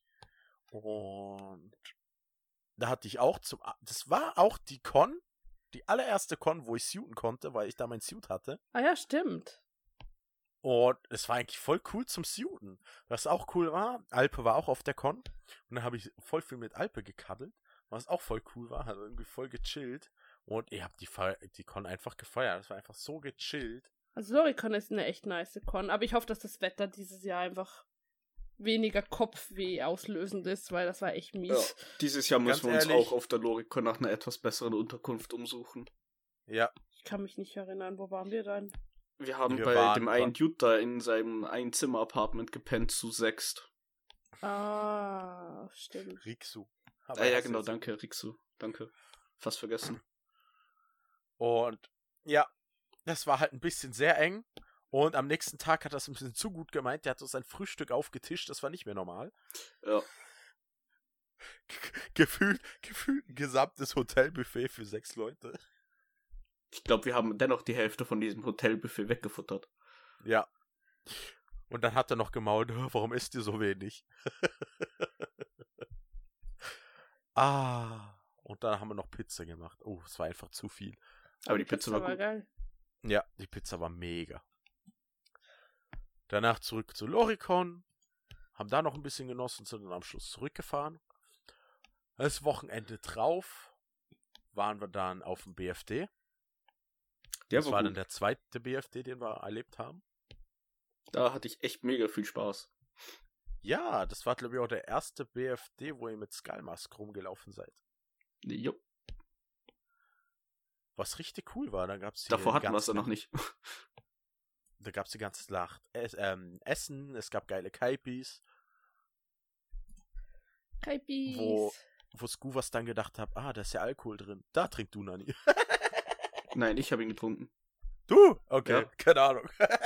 Und da hatte ich auch das war auch die Con, die allererste Con, wo ich suiten konnte, weil ich da mein Suit hatte. Ah ja, stimmt. Und es war eigentlich voll cool zum Suiten. Was auch cool war, Alpe war auch auf der Con. Und dann habe ich voll viel mit Alpe gekaddelt. Was auch voll cool war, hat irgendwie voll gechillt. Und ich habe die Con einfach gefeiert. Es war einfach so gechillt. Also Loricon ist eine echt nice Con, aber ich hoffe, dass das Wetter dieses Jahr einfach weniger Kopfweh auslösend ist, weil das war echt mies. Ja, dieses Jahr müssen wir uns ehrlich, auch auf der Loricon nach einer etwas besseren Unterkunft umsuchen. Ja, Ich kann mich nicht erinnern, wo waren wir dann? Wir haben Wir bei waren dem einen Utah in seinem Einzimmer-Apartment gepennt zu 6. Ah, stimmt. Rixu. Ja, genau, danke, Rixu. Danke. Fast vergessen. Und ja, das war halt ein bisschen sehr eng. Und am nächsten Tag hat das ein bisschen zu gut gemeint. Der hat uns sein Frühstück aufgetischt. Das war nicht mehr normal. Ja. Gefühlt ein gesamtes Hotelbuffet für 6 Leute. Ich glaube, wir haben dennoch die Hälfte von diesem Hotelbuffet weggefuttert. Ja. Und dann hat er noch gemault, warum isst ihr so wenig? Und dann haben wir noch Pizza gemacht. Oh, es war einfach zu viel. Aber die Pizza war gut. geil. Ja, die Pizza war mega. Danach zurück zu Loricon. Haben da noch ein bisschen genossen, sind dann am Schluss zurückgefahren. Das Wochenende drauf waren wir dann auf dem BFD. Der Das war dann gut. der zweite BFD, den wir erlebt haben. Da hatte ich echt mega viel Spaß. Ja, das war, glaube ich, auch der erste BFD, wo ihr mit Skullmask rumgelaufen seid. Jo. Was richtig cool war, da gab es Davor hatten wir es ja noch nicht. Da gab es die ganze Schlacht. Essen, es gab geile Kaipis, Kaipis. wo Scoovers dann gedacht hat, da ist ja Alkohol drin. Da trink du, Nani. Nein, ich habe ihn getrunken. Du? Okay, Ja. keine Ahnung.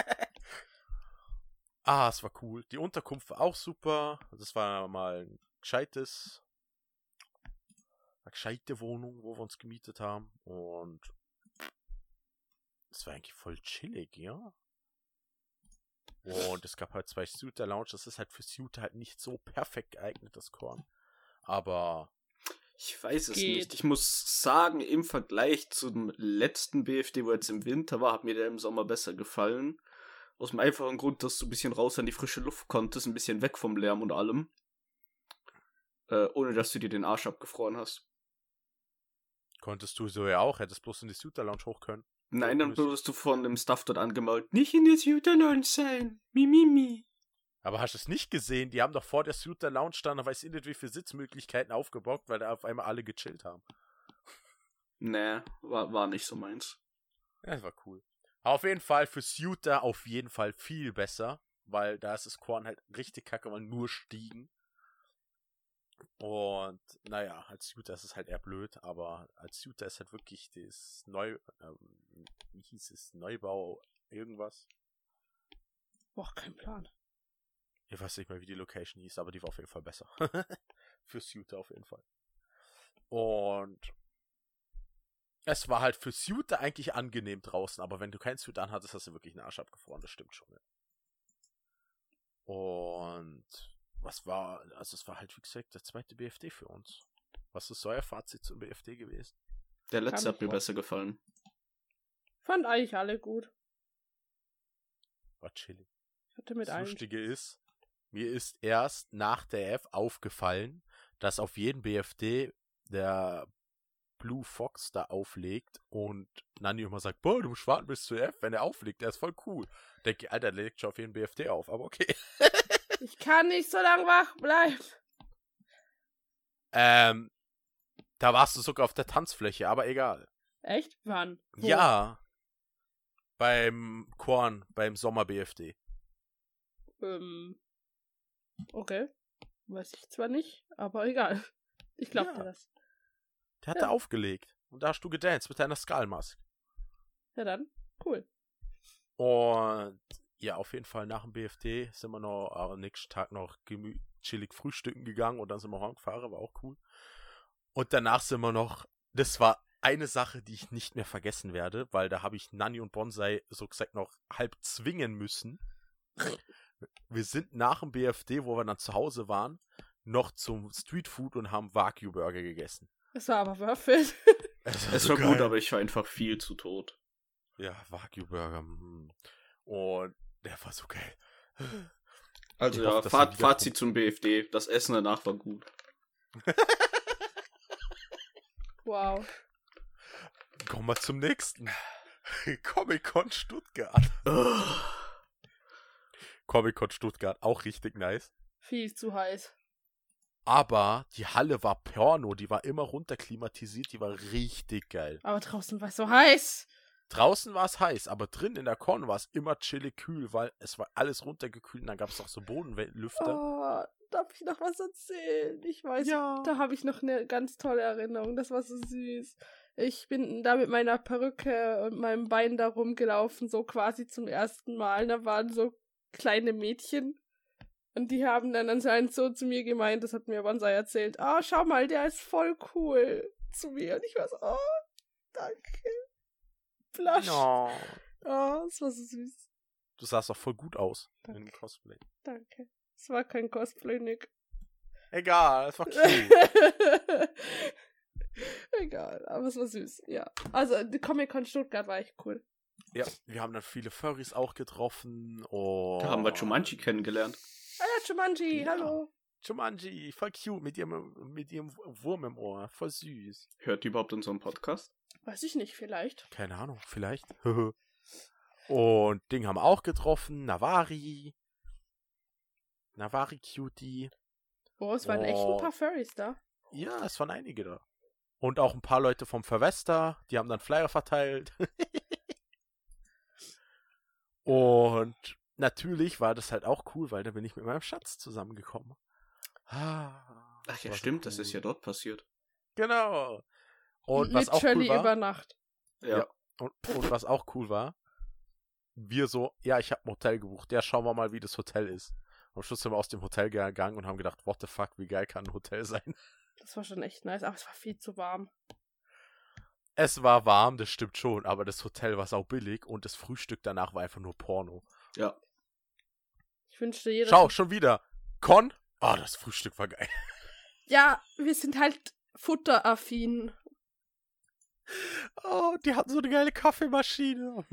Es war cool. Die Unterkunft war auch super. Das war mal eine gescheite Wohnung, wo wir uns gemietet haben. Und es war eigentlich voll chillig, ja. Und es gab halt 2 Suiter Lounge. Das ist halt für Suiter halt nicht so perfekt geeignet, das Korn. Aber Ich weiß es Geht. nicht. Ich muss sagen, im Vergleich zum letzten BFD, wo jetzt im Winter war, hat mir der im Sommer besser gefallen. Aus dem einfachen Grund, dass du ein bisschen raus an die frische Luft konntest, ein bisschen weg vom Lärm und allem. Ohne dass du dir den Arsch abgefroren hast. konntest du so ja auch. Hättest bloß in die Suiter Lounge hoch können. Nein, dann Grüß. wurdest du von dem Staff dort angemalt. Nicht in der Suiter Lounge sein. Mi. Aber hast du es nicht gesehen? Die haben doch vor der Suiter Lounge dann, da weiß ich nicht, wie viele Sitzmöglichkeiten aufgebaut, weil da auf einmal alle gechillt haben. Nee, war nicht so meins. Ja, das war cool. Aber auf jeden Fall für Suiter auf jeden Fall viel besser, weil da ist das Korn halt richtig kacke, weil nur Stiegen. Und naja, als Suiter ist es halt eher blöd, aber als Suiter ist halt wirklich das wie hieß es, Neubau irgendwas. Boah, kein Plan. Ich weiß nicht mehr, wie die Location hieß, aber die war auf jeden Fall besser. Für Suiter auf jeden Fall. Und es war halt für Suiter eigentlich angenehm draußen, aber wenn du keinen Suit anhattest, hast du wirklich einen Arsch abgefroren, das stimmt schon. Ja. Und es war halt, wie gesagt, der zweite BFD für uns. Was ist euer Fazit zum BFD gewesen? Der letzte Kann hat mir ich- besser gefallen. Fand eigentlich alle gut. War chillig. Ich hatte mit Das allen. Lustige ist, mir ist erst nach der F aufgefallen, dass auf jedem BFD der Blue Fox da auflegt und Nani immer sagt, boah, du musst warten bis zur F, wenn er auflegt, der ist voll cool. Denke, Alter, der legt schon auf jeden BFD auf, aber okay. Ich kann nicht so lange wach bleiben. Da warst du sogar auf der Tanzfläche, aber egal. Echt? Wann? Wo? Ja, Beim Korn, beim Sommer-BFD. Okay. Weiß ich zwar nicht, aber egal. Ich glaub dir das. Der hat da aufgelegt. Und da hast du gedanced mit deiner Skullmask. Ja dann, cool. Und ja, auf jeden Fall nach dem BFD sind wir noch am nächsten Tag noch chillig frühstücken gegangen und dann sind wir heimgefahren, war auch cool. Und danach sind wir noch, das war eine Sache, die ich nicht mehr vergessen werde, weil da habe ich Nanni und Bonsai so gesagt noch halb zwingen müssen. Wir sind nach dem BFD, wo wir dann zu Hause waren, noch zum Streetfood und haben Wagyu-Burger gegessen. Es war aber worth it. Es war gut, aber ich war einfach viel zu tot. Ja, Wagyu-Burger. Und der war so geil. Also Ich ja, hoffe, dass er Fazit zum BFD. Das Essen danach war gut. Wow. Kommen wir zum nächsten. Comic-Con Stuttgart. Comic-Con Stuttgart, auch richtig nice. Viel zu heiß. Aber die Halle war Porno, die war immer runterklimatisiert, die war richtig geil. Aber draußen war es so heiß. Draußen war es heiß, aber drin in der Con war es immer chillig kühl, weil es war alles runtergekühlt und dann gab es auch so Bodenlüfter. Oh, darf ich noch was erzählen? Ich weiß, Ja. da habe ich noch eine ganz tolle Erinnerung. Das war so süß. Ich bin da mit meiner Perücke und meinem Bein da rumgelaufen, so quasi zum ersten Mal. Da waren so kleine Mädchen. Und die haben dann anscheinend so zu mir gemeint, das hat mir Bonsai erzählt, schau mal, der ist voll cool zu mir. Und ich war so, danke. Blush. No. Das war so süß. Du sahst auch voll gut aus in dem Danke. Cosplay. Danke. Es war kein Cosplay, Nick. Egal, es war cute. Egal, aber es war süß, ja. Also, die Comic-Con Stuttgart war echt cool. Ja, wir haben dann viele Furries auch getroffen. Und Da haben wir Jumanji kennengelernt. Ah ja, Jumanji, Ja. hallo. Jumanji, voll cute mit ihrem Wurm im Ohr. Voll süß. Hört die überhaupt unseren Podcast? Weiß ich nicht, vielleicht. Keine Ahnung, vielleicht. Und Ding haben wir auch getroffen. Navari Cutie. Oh, es waren echt ein paar Furries da. Ja, es waren einige da. Und auch ein paar Leute vom Verwester, die haben dann Flyer verteilt. Und natürlich war das halt auch cool, weil da bin ich mit meinem Schatz zusammengekommen. Ach ja, war so stimmt, das cool. ist ja dort passiert. Genau. Und was auch Literally cool war, über Nacht. Ja. und was auch cool war, wir so, ja, ich habe ein Hotel gebucht, ja, schauen wir mal, wie das Hotel ist. Am Schluss sind wir aus dem Hotel gegangen und haben gedacht, what the fuck, wie geil kann ein Hotel sein? Das war schon echt nice, aber es war viel zu warm. Es war warm, das stimmt schon, aber das Hotel war sau billig und das Frühstück danach war einfach nur Porno. Ja. Ich wünschte jeder... Schau, schon wieder. Con? Oh, das Frühstück war geil. Ja, wir sind halt futteraffin. Oh, die hatten so eine geile Kaffeemaschine.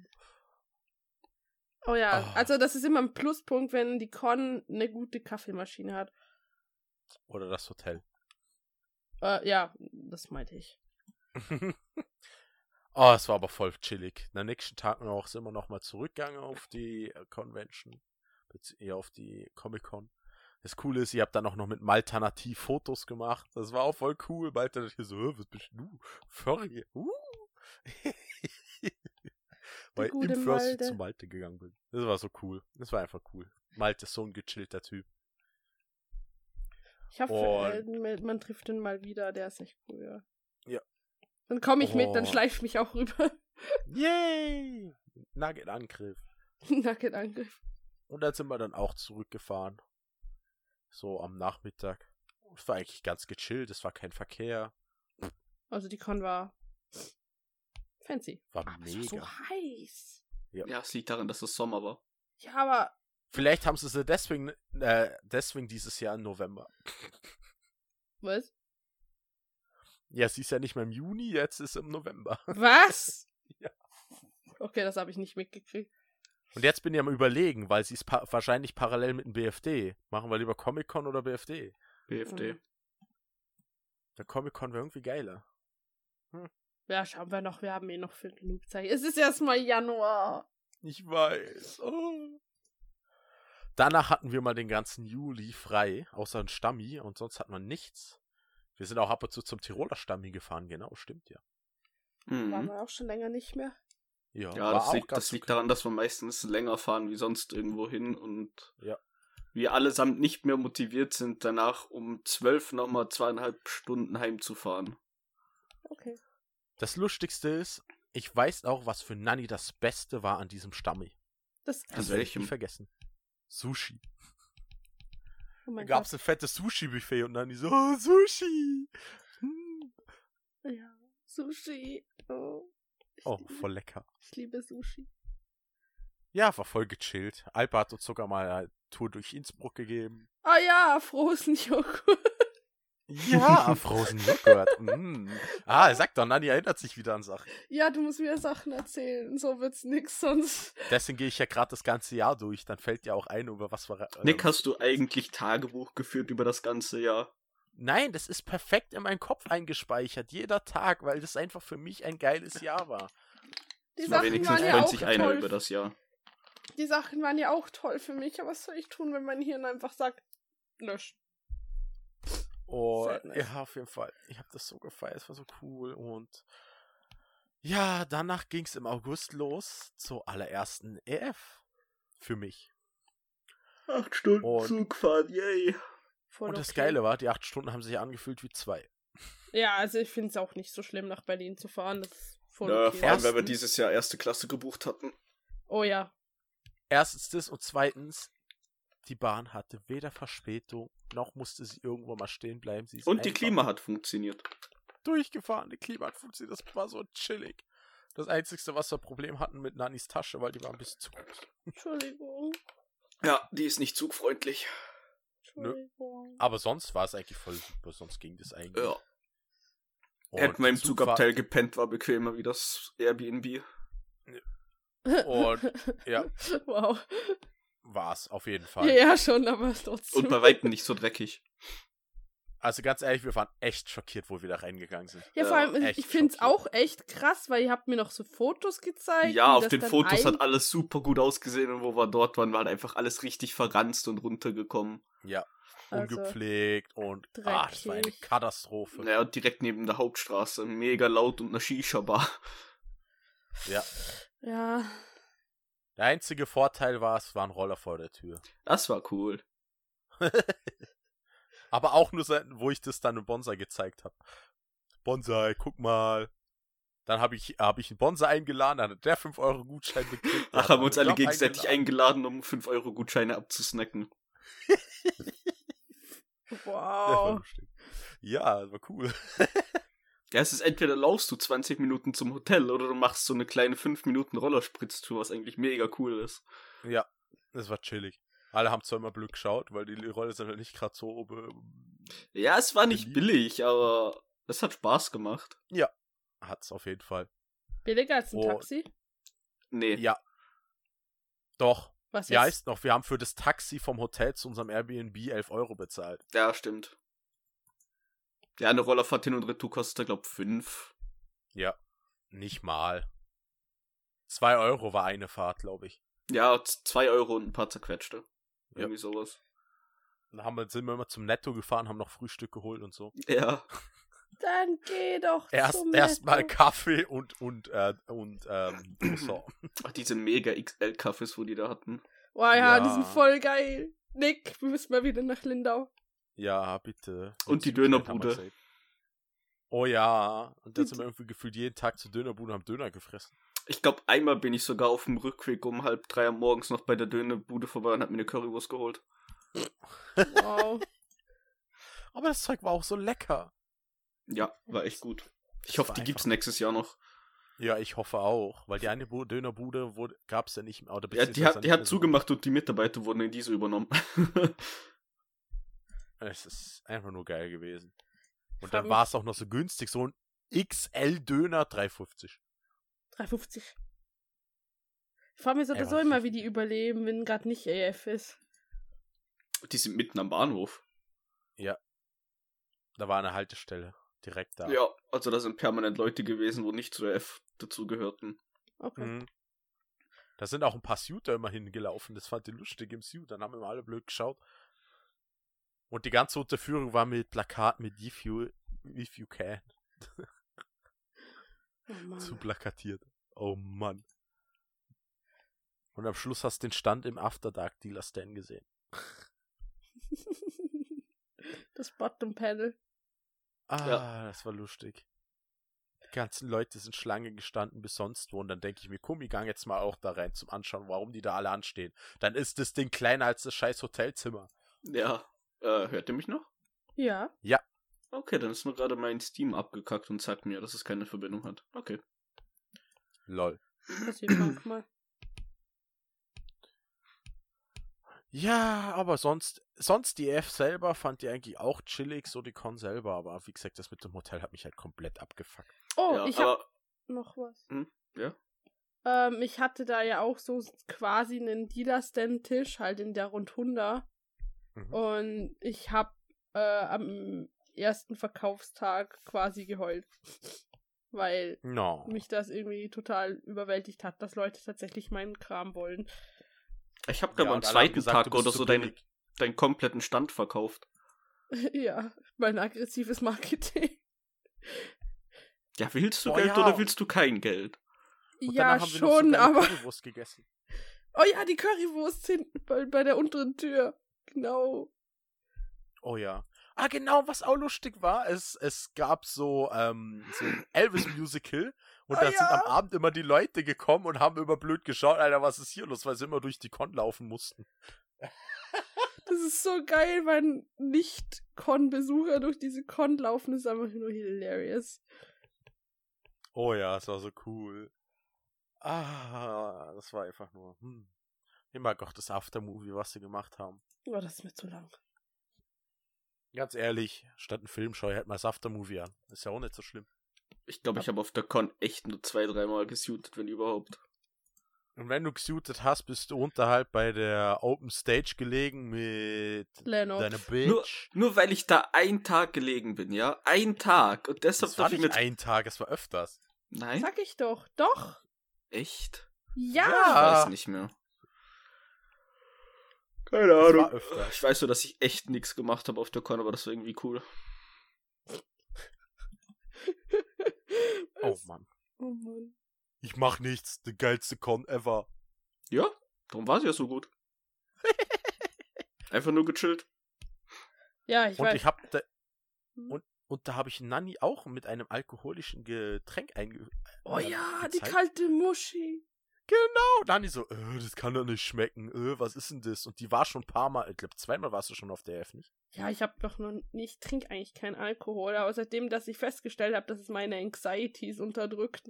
Oh ja, Ah. also das ist immer ein Pluspunkt, wenn die Con eine gute Kaffeemaschine hat. Oder das Hotel. Ja, das meinte ich. Oh, es war aber voll chillig. Am nächsten Tag noch sind wir nochmal zurückgegangen auf die Convention. Eher auf die Comic-Con. Das Coole ist, ihr habt dann auch noch mit Maltanativ Fotos gemacht. Das war auch voll cool. Maltanativ so, was bist du? Furry. Weil gute im First Malte. zu Malte gegangen bin. Das war so cool. Das war einfach cool. Malte ist so ein gechillter Typ. Ich hoffe, Und- man trifft ihn mal wieder, der ist echt cool, ja. Ja. Dann komme ich mit, dann Oh. schleife ich mich auch rüber. Yay! Nugget-Angriff. Nugget-Angriff. Und dann sind wir dann auch zurückgefahren. So am Nachmittag. Es war eigentlich ganz gechillt, es war kein Verkehr. Also die Con war fancy. War Aber es war so mega. heiß. Ja, es liegt daran, dass es Sommer war. Ja, aber Vielleicht haben sie sie deswegen dieses Jahr im November. was? Ja, sie ist ja nicht mehr im Juni, jetzt ist im November. Was? Ja. Okay, das habe ich nicht mitgekriegt. Und jetzt bin ich am Überlegen, weil sie ist wahrscheinlich parallel mit dem BFD. Machen wir lieber Comic-Con oder BFD? BFD. Der Comic-Con wäre irgendwie geiler. Ja, schauen wir noch, wir haben eh noch für genug Zeit. Es ist erstmal Januar. Ich weiß. Oh. Danach hatten wir mal den ganzen Juli frei, außer ein Stammi, und sonst hatten wir nichts. Wir sind auch ab und zu zum Tiroler Stammi gefahren, genau, stimmt ja. Waren Mhm. wir auch schon länger nicht mehr. Ja, Ja, war auch ganz das liegt okay. daran, dass wir meistens länger fahren wie sonst irgendwo hin und Ja. wir allesamt nicht mehr motiviert sind, danach um 12 nochmal 2,5 Stunden heimzufahren. Okay. Das Lustigste ist, ich weiß auch, was für Nanny das Beste war an diesem Stammi. Das, An Das werde ich welchem? nie vergessen. Sushi. oh Da mein gab Gott. es ein fettes Sushi-Buffet und Nanny so, oh, Sushi! Ja, Sushi. Oh, Oh, voll lecker. ich liebe Sushi. Ja, war voll gechillt. Alpa hat uns sogar mal eine Tour durch Innsbruck gegeben. Ah ja, Frozen Joghurt. Ja, Frozen Joghurt. Ah, sag doch, Nanny erinnert sich wieder an Sachen. Ja, du musst mir Sachen erzählen. So wird's nix, sonst. Deswegen gehe ich ja gerade das ganze Jahr durch. Dann fällt dir auch ein, über was wir... Nick, hast du eigentlich Tagebuch geführt über das ganze Jahr? Nein, das ist perfekt in meinen Kopf eingespeichert. Jeder Tag, weil das einfach für mich ein geiles Jahr war. Die Na, Sachen wenigstens waren ja freut auch sich einer toll. über das Jahr. Die Sachen waren ja auch toll für mich, aber was soll ich tun, wenn mein Hirn einfach sagt, löscht. Und Sadness. ja, auf jeden Fall. Ich habe das so gefeiert. Es war so cool. Und ja, danach ging es im August los zur allerersten EF. Für mich. 8 Stunden Und- Zugfahren, yay. Voll Und das okay. Geile war, die 8 Stunden haben sich angefühlt wie 2. Ja, also ich finde es auch nicht so schlimm, nach Berlin zu fahren. Das ist voll Ja, okay. vor allem, weil wir Erstens- dieses Jahr erste Klasse gebucht hatten. Oh ja. Erstens das und zweitens, die Bahn hatte weder Verspätung, noch musste sie irgendwo mal stehen bleiben. Sie ist Und die einfach Klima hat funktioniert. durchgefahren. Die Klima hat funktioniert. Das war so chillig. Das Einzige, was wir Problem hatten mit Nannys Tasche, weil die war ein bisschen zu groß. Entschuldigung. Ja, die ist nicht zugfreundlich. Entschuldigung. Aber sonst war es eigentlich voll super. Sonst ging das eigentlich. Ja. Und Hätten wir im die Zugfahrt- Zugabteil gepennt, war bequemer wie das Airbnb. Und ja, Wow. war es auf jeden Fall. Ja, schon, aber trotzdem. Und bei weitem nicht so dreckig. Also ganz ehrlich, wir waren echt schockiert, wo wir da reingegangen sind. Ja, vor allem, echt ich finde es schockiert. auch echt krass, weil ihr habt mir noch so Fotos gezeigt. Ja, wie auf das den dann Fotos hat alles super gut ausgesehen und wo wir dort waren, war halt einfach alles richtig verranzt und runtergekommen. Ja, Also, ungepflegt und das war eine dreckig. Katastrophe. Naja, direkt neben der Hauptstraße. Mega laut und eine Shisha-Bar. Ja. Ja, Der einzige Vorteil war, es war ein Roller vor der Tür. Das war cool. Aber auch nur, wo ich das dann im Bonsai gezeigt habe. Bonsai, guck mal. Dann habe ich einen Bonsai eingeladen, dann hat der 5-Euro-Gutschein gekriegt. Ach, haben wir uns alle gegenseitig eingeladen, um 5-Euro-Gutscheine abzusnacken. wow. Ja, das war cool. Ja, es ist entweder laufst du 20 Minuten zum Hotel oder du machst so eine kleine 5 Minuten Rollerspritztour, was eigentlich mega cool ist. Ja, das war chillig. Alle haben zwar immer blöd geschaut, weil die Rolle sind halt nicht gerade so... Ja, es war nicht Beliebt. billig, aber es hat Spaß gemacht. Hat's auf jeden Fall. Billiger als ein Oh. Taxi? Nee. Ja. Doch. Was Wie jetzt? heißt noch, wir haben für das Taxi vom Hotel zu unserem Airbnb 11 Euro bezahlt. Ja, stimmt. Ja, eine Rollerfahrt hin und retour kostet, glaub 5. Ja. Nicht mal. 2 Euro war eine Fahrt, glaube ich. Ja, 2 Euro und ein paar zerquetschte. Ja. Irgendwie sowas. Dann sind wir immer zum Netto gefahren, haben noch Frühstück geholt und so. Ja. Dann geh doch zum Erstmal Netto. Kaffee und Croissant. Ach, diese mega XL-Kaffees, wo die da hatten. Boah, ja, Ja. die sind voll geil. Nick, wir müssen mal wieder nach Lindau. Ja, bitte. Und die Südkern Dönerbude. haben wir safe. Oh ja. Und dann sind wir irgendwie gefühlt jeden Tag zur Dönerbude und haben Döner gefressen. Ich glaube, einmal bin ich sogar auf dem Rückweg um 2:30 Uhr morgens noch bei der Dönerbude vorbei und hab mir eine Currywurst geholt. Wow. Aber das Zeug war auch so lecker. Ja, war echt gut. Ich Das hoffe, war die gibt's einfach- nächstes Jahr noch. Ja, ich hoffe auch. Weil die eine Dönerbude gab es ja nicht mehr. Oder Ja, die beziehungsweise hat nicht mehr so zugemacht und die Mitarbeiter wurden in diese übernommen. gut. Es ist einfach nur geil gewesen. Und Frag dann mich- war es auch noch so günstig. So ein XL-Döner 3,50. 3,50. Ich frage mich sowieso war immer, richtig wie die überleben, wenn gerade nicht AF ist. Die sind mitten am Bahnhof. Da war eine Haltestelle. Direkt da. Ja, also da sind permanent Leute gewesen, wo nicht zu der F dazugehörten. Okay. Mhm. Da sind auch ein paar Suiter immer hingelaufen. Das fand ich lustig im Suit. Dann haben immer alle blöd geschaut. Und die ganze Unterführung war mit Plakat mit if you can Oh Mann. zu plakatiert. Oh Mann. Und am Schluss hast du den Stand im After Dark Dealer Stand gesehen. Das Bottom Panel. Das war lustig. Die ganzen Leute sind Schlange gestanden bis sonst wo und dann denke ich mir, komm, ich gang jetzt mal auch da rein zum Anschauen, warum die da alle anstehen. Dann ist das Ding kleiner als das scheiß Hotelzimmer. Ja. Hört ihr mich noch? Ja. Ja. Okay, dann ist nur gerade mein Steam abgekackt und sagt mir, dass es keine Verbindung hat. Okay. Lol. Passiert manchmal. Ja, aber sonst die F selber fand die eigentlich auch chillig, so die Con selber, aber wie gesagt, das mit dem Hotel hat mich halt komplett abgefuckt. Oh, Ja, ich hab noch was. Ja? Ich hatte da ja auch so quasi einen Dealer-Stand-Tisch, halt in der Rotunda. Und ich hab am ersten Verkaufstag quasi geheult. Weil mich das irgendwie total überwältigt hat, dass Leute tatsächlich meinen Kram wollen. Ich hab glaube am zweiten Tag oder so deinen kompletten Stand verkauft. Ja, mein aggressives Marketing. Ja, willst du Geld oder willst du kein Geld? Und Ja, haben wir schon, noch aber... Currywurst gegessen. Oh ja, die Currywurst hinten bei der unteren Tür. Genau. Oh ja. Ah, genau, was auch lustig war, es gab so ein Elvis-Musical und da sind am Abend immer die Leute gekommen und haben immer blöd geschaut, Alter, was ist hier los, weil sie immer durch die Con laufen mussten. Das ist so geil, wenn Nicht-Con-Besucher durch diese Con laufen, das ist einfach nur hilarious. Oh ja, es war so cool. Das war einfach nur, Ich mag auch das Aftermovie, was sie gemacht haben. Oh, das ist mir zu lang. Ganz ehrlich, statt einen Film schau ich halt mal das Aftermovie an. Ist ja auch nicht so schlimm. Ich glaube, ich habe auf der Con echt nur 2-3 Mal gesuited, wenn überhaupt. Und wenn du gesuited hast, bist du unterhalb bei der Open Stage gelegen mit deiner Bitch. Nur weil ich da einen Tag gelegen bin, ja? Ein Tag. Und deshalb das war nicht ein Tag, es war öfters. Nein? Sag ich doch. Doch. Echt? Ja. Ich weiß nicht mehr. Keine Ahnung. Ich weiß nur, dass ich echt nichts gemacht habe auf der Con, aber das war irgendwie cool. Oh Mann. Ich mach nichts. Die geilste Con ever. Ja, darum war sie ja so gut. Einfach nur gechillt. Ja, ich weiß. Und da habe ich Nanni auch mit einem alkoholischen Getränk Oh ja, die kalte Muschi. Genau, Nanni so, das kann doch nicht schmecken, was ist denn das? Und die war schon ein paar Mal, ich glaube 2-mal warst du schon auf der F, nicht? Ja, ich trinke eigentlich keinen Alkohol, aber seitdem, dass ich festgestellt habe, dass es meine Anxieties unterdrückt,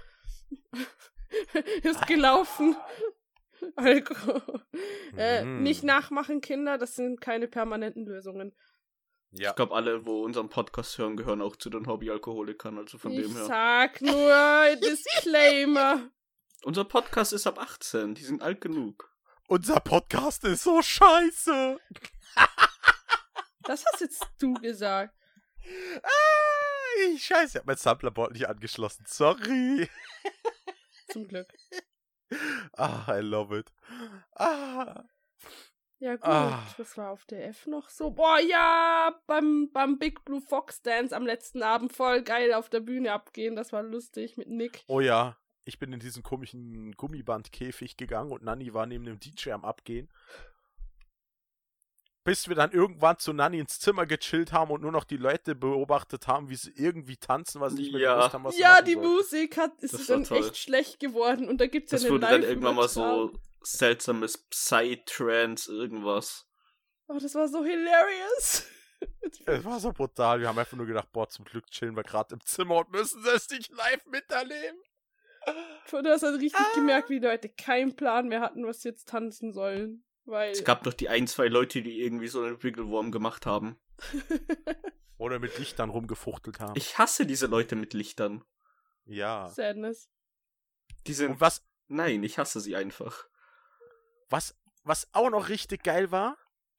ist gelaufen. Alkohol. Nicht nachmachen, Kinder, das sind keine permanenten Lösungen. Ja. Ich glaube, alle, wo unseren Podcast hören, gehören auch zu den Hobbyalkoholikern, also von dem her. Ich sag nur Disclaimer. Unser Podcast ist ab 18, die sind alt genug. Unser Podcast ist so scheiße. Das hast jetzt du gesagt. Scheiße, ich hab mein Samplerboard nicht angeschlossen. Sorry. Zum Glück. I love it. Ja gut, das war auf der F noch so. Boah, ja, beim Big Blue Fox Dance am letzten Abend voll geil auf der Bühne abgehen. Das war lustig mit Nick. Oh ja, ich bin in diesen komischen Gummibandkäfig gegangen und Nanni war neben dem DJ am Abgehen. Bis wir dann irgendwann zu Nanni ins Zimmer gechillt haben und nur noch die Leute beobachtet haben, wie sie irgendwie tanzen, was nicht mehr gewusst haben, was sie machen die sollen. Musik ist dann echt schlecht geworden und da gibt's ja eine Live. Das wurde dann irgendwann mal so seltsames Psytrance irgendwas. Oh, das war so hilarious. Es war so brutal. Wir haben einfach nur gedacht, boah, zum Glück chillen wir gerade im Zimmer und müssen es nicht live miterleben. Du hast halt richtig gemerkt, wie die Leute keinen Plan mehr hatten, was sie jetzt tanzen sollen. Weil es gab doch die 1-2 Leute, die irgendwie so einen Wigglewurm gemacht haben. Oder mit Lichtern rumgefuchtelt haben. Ich hasse diese Leute mit Lichtern. Ja. Sadness. Die sind... Und was? Nein, ich hasse sie einfach. Was auch noch richtig geil war,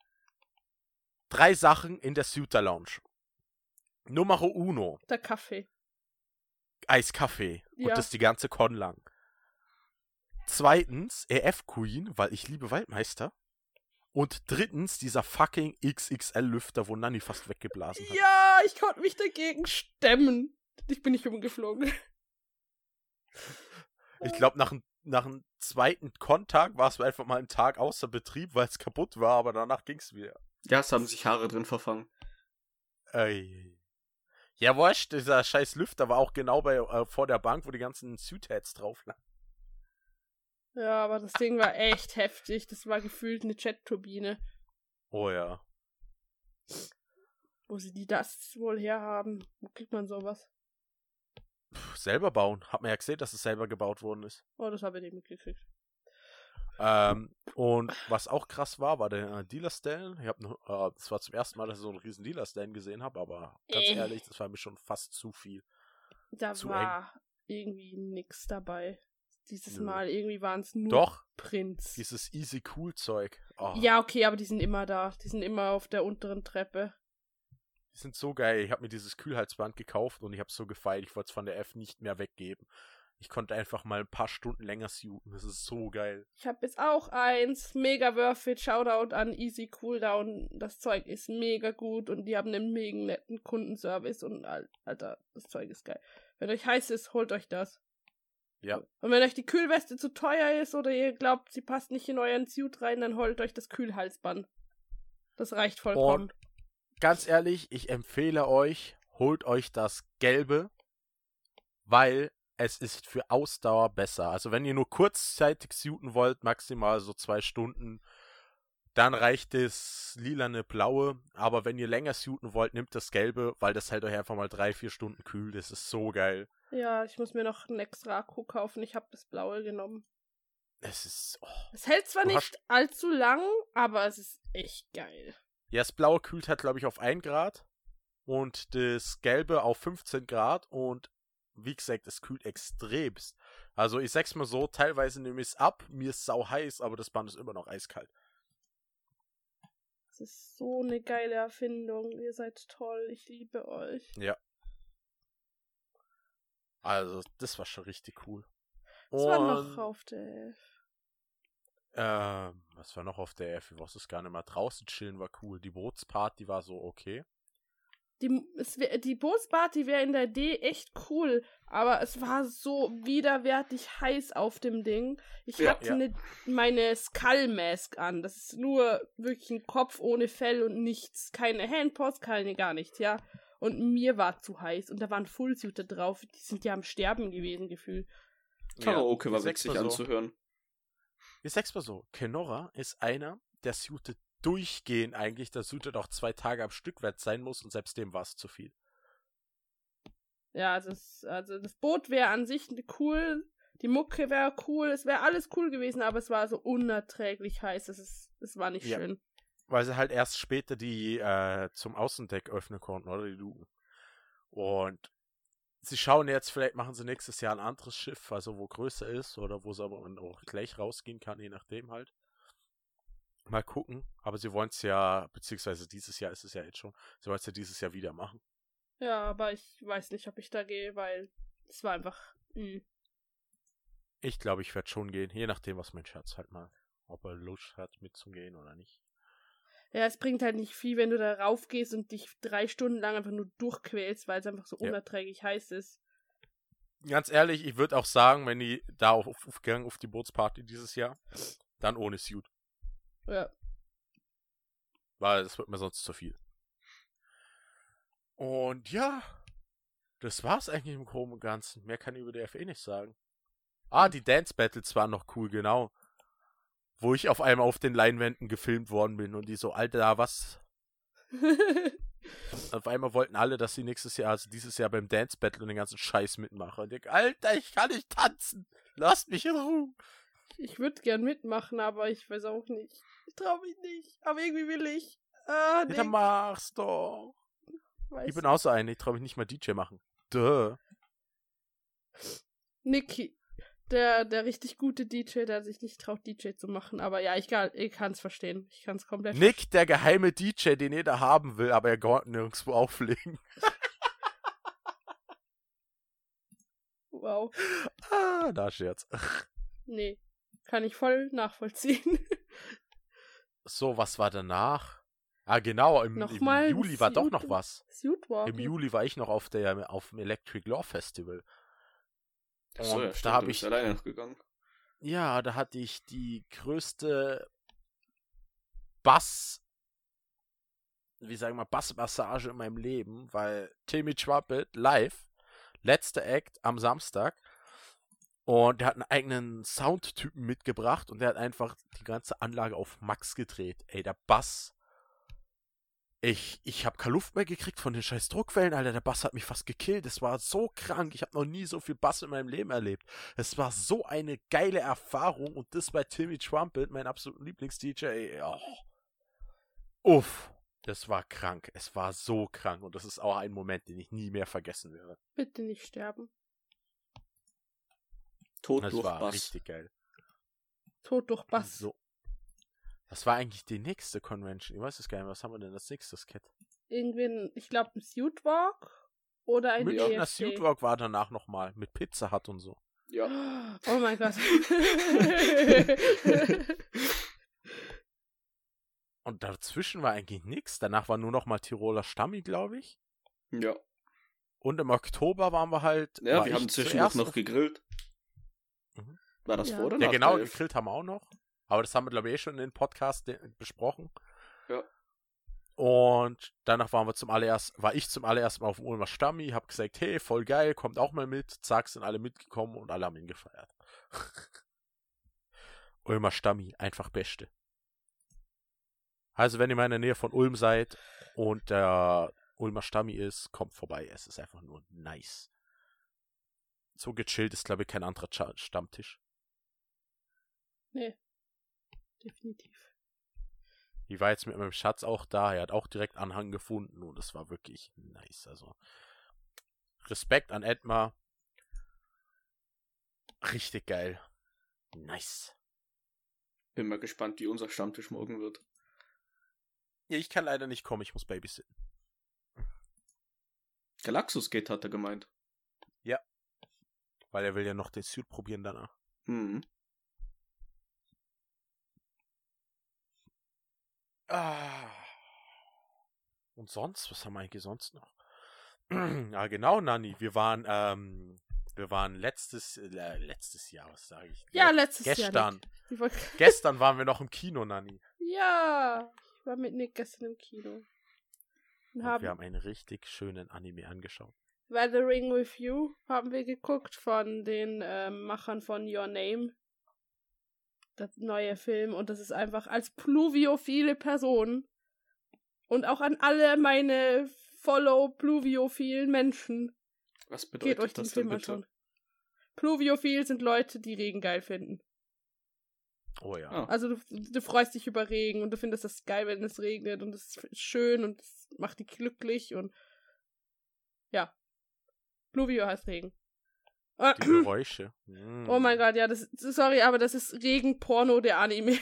3 Sachen in der Suiter Lounge. Numero uno. Der Kaffee. Eiskaffee. Ja. Und das die ganze Con lang. 2. EF Queen, weil ich liebe Waldmeister. Und 3. dieser fucking XXL-Lüfter, wo Nanni fast weggeblasen hat. Ja, ich konnte mich dagegen stemmen. Ich bin nicht umgeflogen. Ich glaube, nach dem zweiten Kontakt war es einfach mal einen Tag außer Betrieb, weil es kaputt war, aber danach ging's wieder. Ja, es haben sich Haare drin verfangen. Ey. Ja, wurscht, dieser scheiß Lüfter war auch genau vor der Bank, wo die ganzen Suitheads drauf lagen. Ja, aber das Ding war echt heftig. Das war gefühlt eine Jet-Turbine. Oh ja. Wo sie das wohl herhaben. Wo kriegt man sowas? Selber bauen. Hat man ja gesehen, dass es selber gebaut worden ist. Oh, das habe ich nicht mitgekriegt. Und was auch krass war der Dealer-Stand. Das war zum ersten Mal, dass ich so einen riesen Dealer-Stand gesehen habe, aber ganz ehrlich, das war mir schon fast zu viel. Da zu war irgendwie nix dabei. Dieses Mal irgendwie waren es nur Doch, Prints. dieses Easy-Cool-Zeug. Oh. Ja, okay, aber die sind immer da. Die sind immer auf der unteren Treppe. Die sind so geil. Ich habe mir dieses Kühlhalsband gekauft und ich habe es so gefeiert. Ich wollte es von der F nicht mehr weggeben. Ich konnte einfach mal ein paar Stunden länger suiten. Das ist so geil. Ich habe jetzt auch eins. Mega worth it. Shoutout an Easy Cooldown. Das Zeug ist mega gut und die haben einen mega netten Kundenservice. Und Alter, das Zeug ist geil. Wenn euch heiß ist, holt euch das. Ja. Und wenn euch die Kühlweste zu teuer ist oder ihr glaubt, sie passt nicht in euren Suit rein, dann holt euch das Kühlhalsband. Das reicht vollkommen. Und ganz ehrlich, ich empfehle euch, holt euch das Gelbe, weil es ist für Ausdauer besser. Also wenn ihr nur kurzzeitig suiten wollt, maximal so 2 Stunden, dann reicht das lilane Blaue. Aber wenn ihr länger suiten wollt, nehmt das Gelbe, weil das halt euch einfach mal 3-4 Stunden kühlt. Das ist so geil. Ja, ich muss mir noch einen extra Akku kaufen. Ich habe das Blaue genommen. Es ist... Oh. Es hält zwar nicht allzu lang, aber es ist echt geil. Ja, das Blaue kühlt halt, glaube ich, auf 1 Grad und das Gelbe auf 15 Grad und wie gesagt, es kühlt extremst. Also ich sag's mal so, teilweise nehme ich es ab, mir ist sau heiß, aber das Band ist immer noch eiskalt. Das ist so eine geile Erfindung. Ihr seid toll, ich liebe euch. Ja. Also, das war schon richtig cool. Was war noch auf der F? Was war noch auf der F? Ich weiß es gar nicht mehr. Draußen chillen war cool. Die Bootsparty war so okay. Die Bootsparty wäre in der D echt cool, aber es war so widerwärtig heiß auf dem Ding. Ich hatte meine Skull Mask an. Das ist nur wirklich ein Kopf ohne Fell und nichts. Keine Handpots, gar nichts, ja. Und mir war zu heiß. Und da waren Fullsuiter drauf. Die sind ja am Sterben gewesen, gefühlt. Karaoke war witzig anzuhören. Ich sag's mal so, Kenora ist einer, der suitet durchgehend eigentlich, der suitet auch 2 Tage am Stück, wenn es sein muss, und selbst dem war es zu viel. Ja, also das Boot wäre an sich cool, die Mucke wäre cool, es wäre alles cool gewesen, aber es war so unerträglich heiß, es war nicht schön. Weil sie halt erst später die zum Außendeck öffnen konnten, oder die Luken. Und sie schauen jetzt, vielleicht machen sie nächstes Jahr ein anderes Schiff, also wo größer ist, oder wo es aber auch gleich rausgehen kann, je nachdem halt. Mal gucken, aber sie wollen es ja, beziehungsweise dieses Jahr ist es ja jetzt schon, sie wollen es ja dieses Jahr wieder machen. Ja, aber ich weiß nicht, ob ich da gehe, weil es war einfach, Ich glaube, ich werde schon gehen, je nachdem, was mein Schatz halt mag. Ob er Lust hat, mitzugehen oder nicht. Ja, es bringt halt nicht viel, wenn du da raufgehst und dich 3 Stunden lang einfach nur durchquälst, weil es einfach so unerträglich heiß ist. Ganz ehrlich, ich würde auch sagen, wenn die da aufgegangen auf die Bootsparty dieses Jahr, dann ohne Suit. Ja. Weil das wird mir sonst zu viel. Und ja, das war's eigentlich im Groben und Ganzen. Mehr kann ich über die FE nicht sagen. Die Dance Battles waren noch cool, genau. Wo ich auf einmal auf den Leinwänden gefilmt worden bin und die so, Alter, was? Auf einmal wollten alle, dass sie dieses Jahr beim Dance Battle und den ganzen Scheiß mitmachen. Und ich denke, Alter, ich kann nicht tanzen. Lasst mich in Ruhe. Ich würde gern mitmachen, aber ich weiß auch nicht. Ich traue mich nicht. Aber irgendwie will ich. Nee. Dann mach's doch. Ich bin auch so eine, ich traue mich nicht mal DJ machen. Duh. Niki, der richtig gute DJ, der sich nicht traut, DJ zu machen. Aber ja, ich kann's verstehen. Ich kann's komplett Nick, der geheime DJ, den jeder haben will, aber er kann nirgendwo auflegen. Wow. Da Scherz. Nee, kann ich voll nachvollziehen. So, was war danach? Genau, im Juli war doch noch was. Im Juli war ich noch auf dem Electric Law Festival. Achso, ja, stimmt, da bin ich alleine noch gegangen. Ja, da hatte ich die größte Bassmassage in meinem Leben, weil Timmy Trumpet live, letzter Act am Samstag, und der hat einen eigenen Soundtypen mitgebracht und der hat einfach die ganze Anlage auf Max gedreht. Ey, der Bass. Ich habe keine Luft mehr gekriegt von den scheiß Druckwellen, Alter. Der Bass hat mich fast gekillt. Es war so krank. Ich habe noch nie so viel Bass in meinem Leben erlebt. Es war so eine geile Erfahrung und das bei Timmy Trumpet, mein absoluter Lieblings-DJ. Ey, oh. Uff, das war krank. Es war so krank und das ist auch ein Moment, den ich nie mehr vergessen werde. Bitte nicht sterben. Tod Das durch war Bass. richtig geil. Tod durch Bass. So. Das war eigentlich die nächste Convention. Ich weiß es gar nicht mehr. Was haben wir denn als nächstes, Cat? Irgendwie, ich glaube, ein Suitwalk oder ein Münchner EFC. Suitwalk war danach nochmal mit Pizza Hut und so. Ja. Oh mein Gott. Und dazwischen war eigentlich nichts. Danach war nur noch mal Tiroler Stammi, glaube ich. Ja. Und im Oktober waren wir halt. Ja, war wir ich haben zwischendurch noch gegrillt. Mhm. War das Ja. vor oder Ja, nach genau, der Elf? gegrillt haben wir auch noch. Aber das haben wir, glaube ich, schon in den Podcast besprochen. Ja. Und danach war ich zum allerersten Mal auf dem Ulmer Stammi, hab gesagt, hey, voll geil, kommt auch mal mit. Zack, sind alle mitgekommen und alle haben ihn gefeiert. Ulmer Stammi, einfach Beste. Also, wenn ihr mal in der Nähe von Ulm seid und der Ulmer Stammi ist, kommt vorbei. Es ist einfach nur nice. So gechillt ist, glaube ich, kein anderer Stammtisch. Nee. Definitiv. Ich war jetzt mit meinem Schatz auch da. Er hat auch direkt Anhang gefunden und es war wirklich nice. Also, Respekt an Edmar. Richtig geil. Nice. Bin mal gespannt, wie unser Stammtisch morgen wird. Ja, ich kann leider nicht kommen. Ich muss babysitten. Galaxus geht, hat er gemeint. Weil er will ja noch den Suit probieren danach. Mhm. Und sonst? Was haben wir eigentlich sonst noch? Ja, genau, Nanni. Wir waren letztes Jahr, was sage ich? Ja, letztes Gestern. Jahr. Nick. Gestern waren wir noch im Kino, Nanni. Ja, ich war mit Nick gestern im Kino. Und Und wir haben einen richtig schönen Anime angeschaut. Weathering with You haben wir geguckt von den Machern von Your Name. Das neue Film. Und das ist einfach als pluviophile Person und auch an alle meine pluviophilen Menschen. Was Geht bedeutet euch den das Film denn bitte? anschauen. Pluviophil sind Leute, die Regen geil finden. Oh ja. Ah. Also du freust dich über Regen und du findest es geil, wenn es regnet und es ist schön und es macht dich glücklich und ja. Pluvio heißt Regen. Die Geräusche. Oh mein Gott, ja, sorry, aber das ist Regenporno der Anime.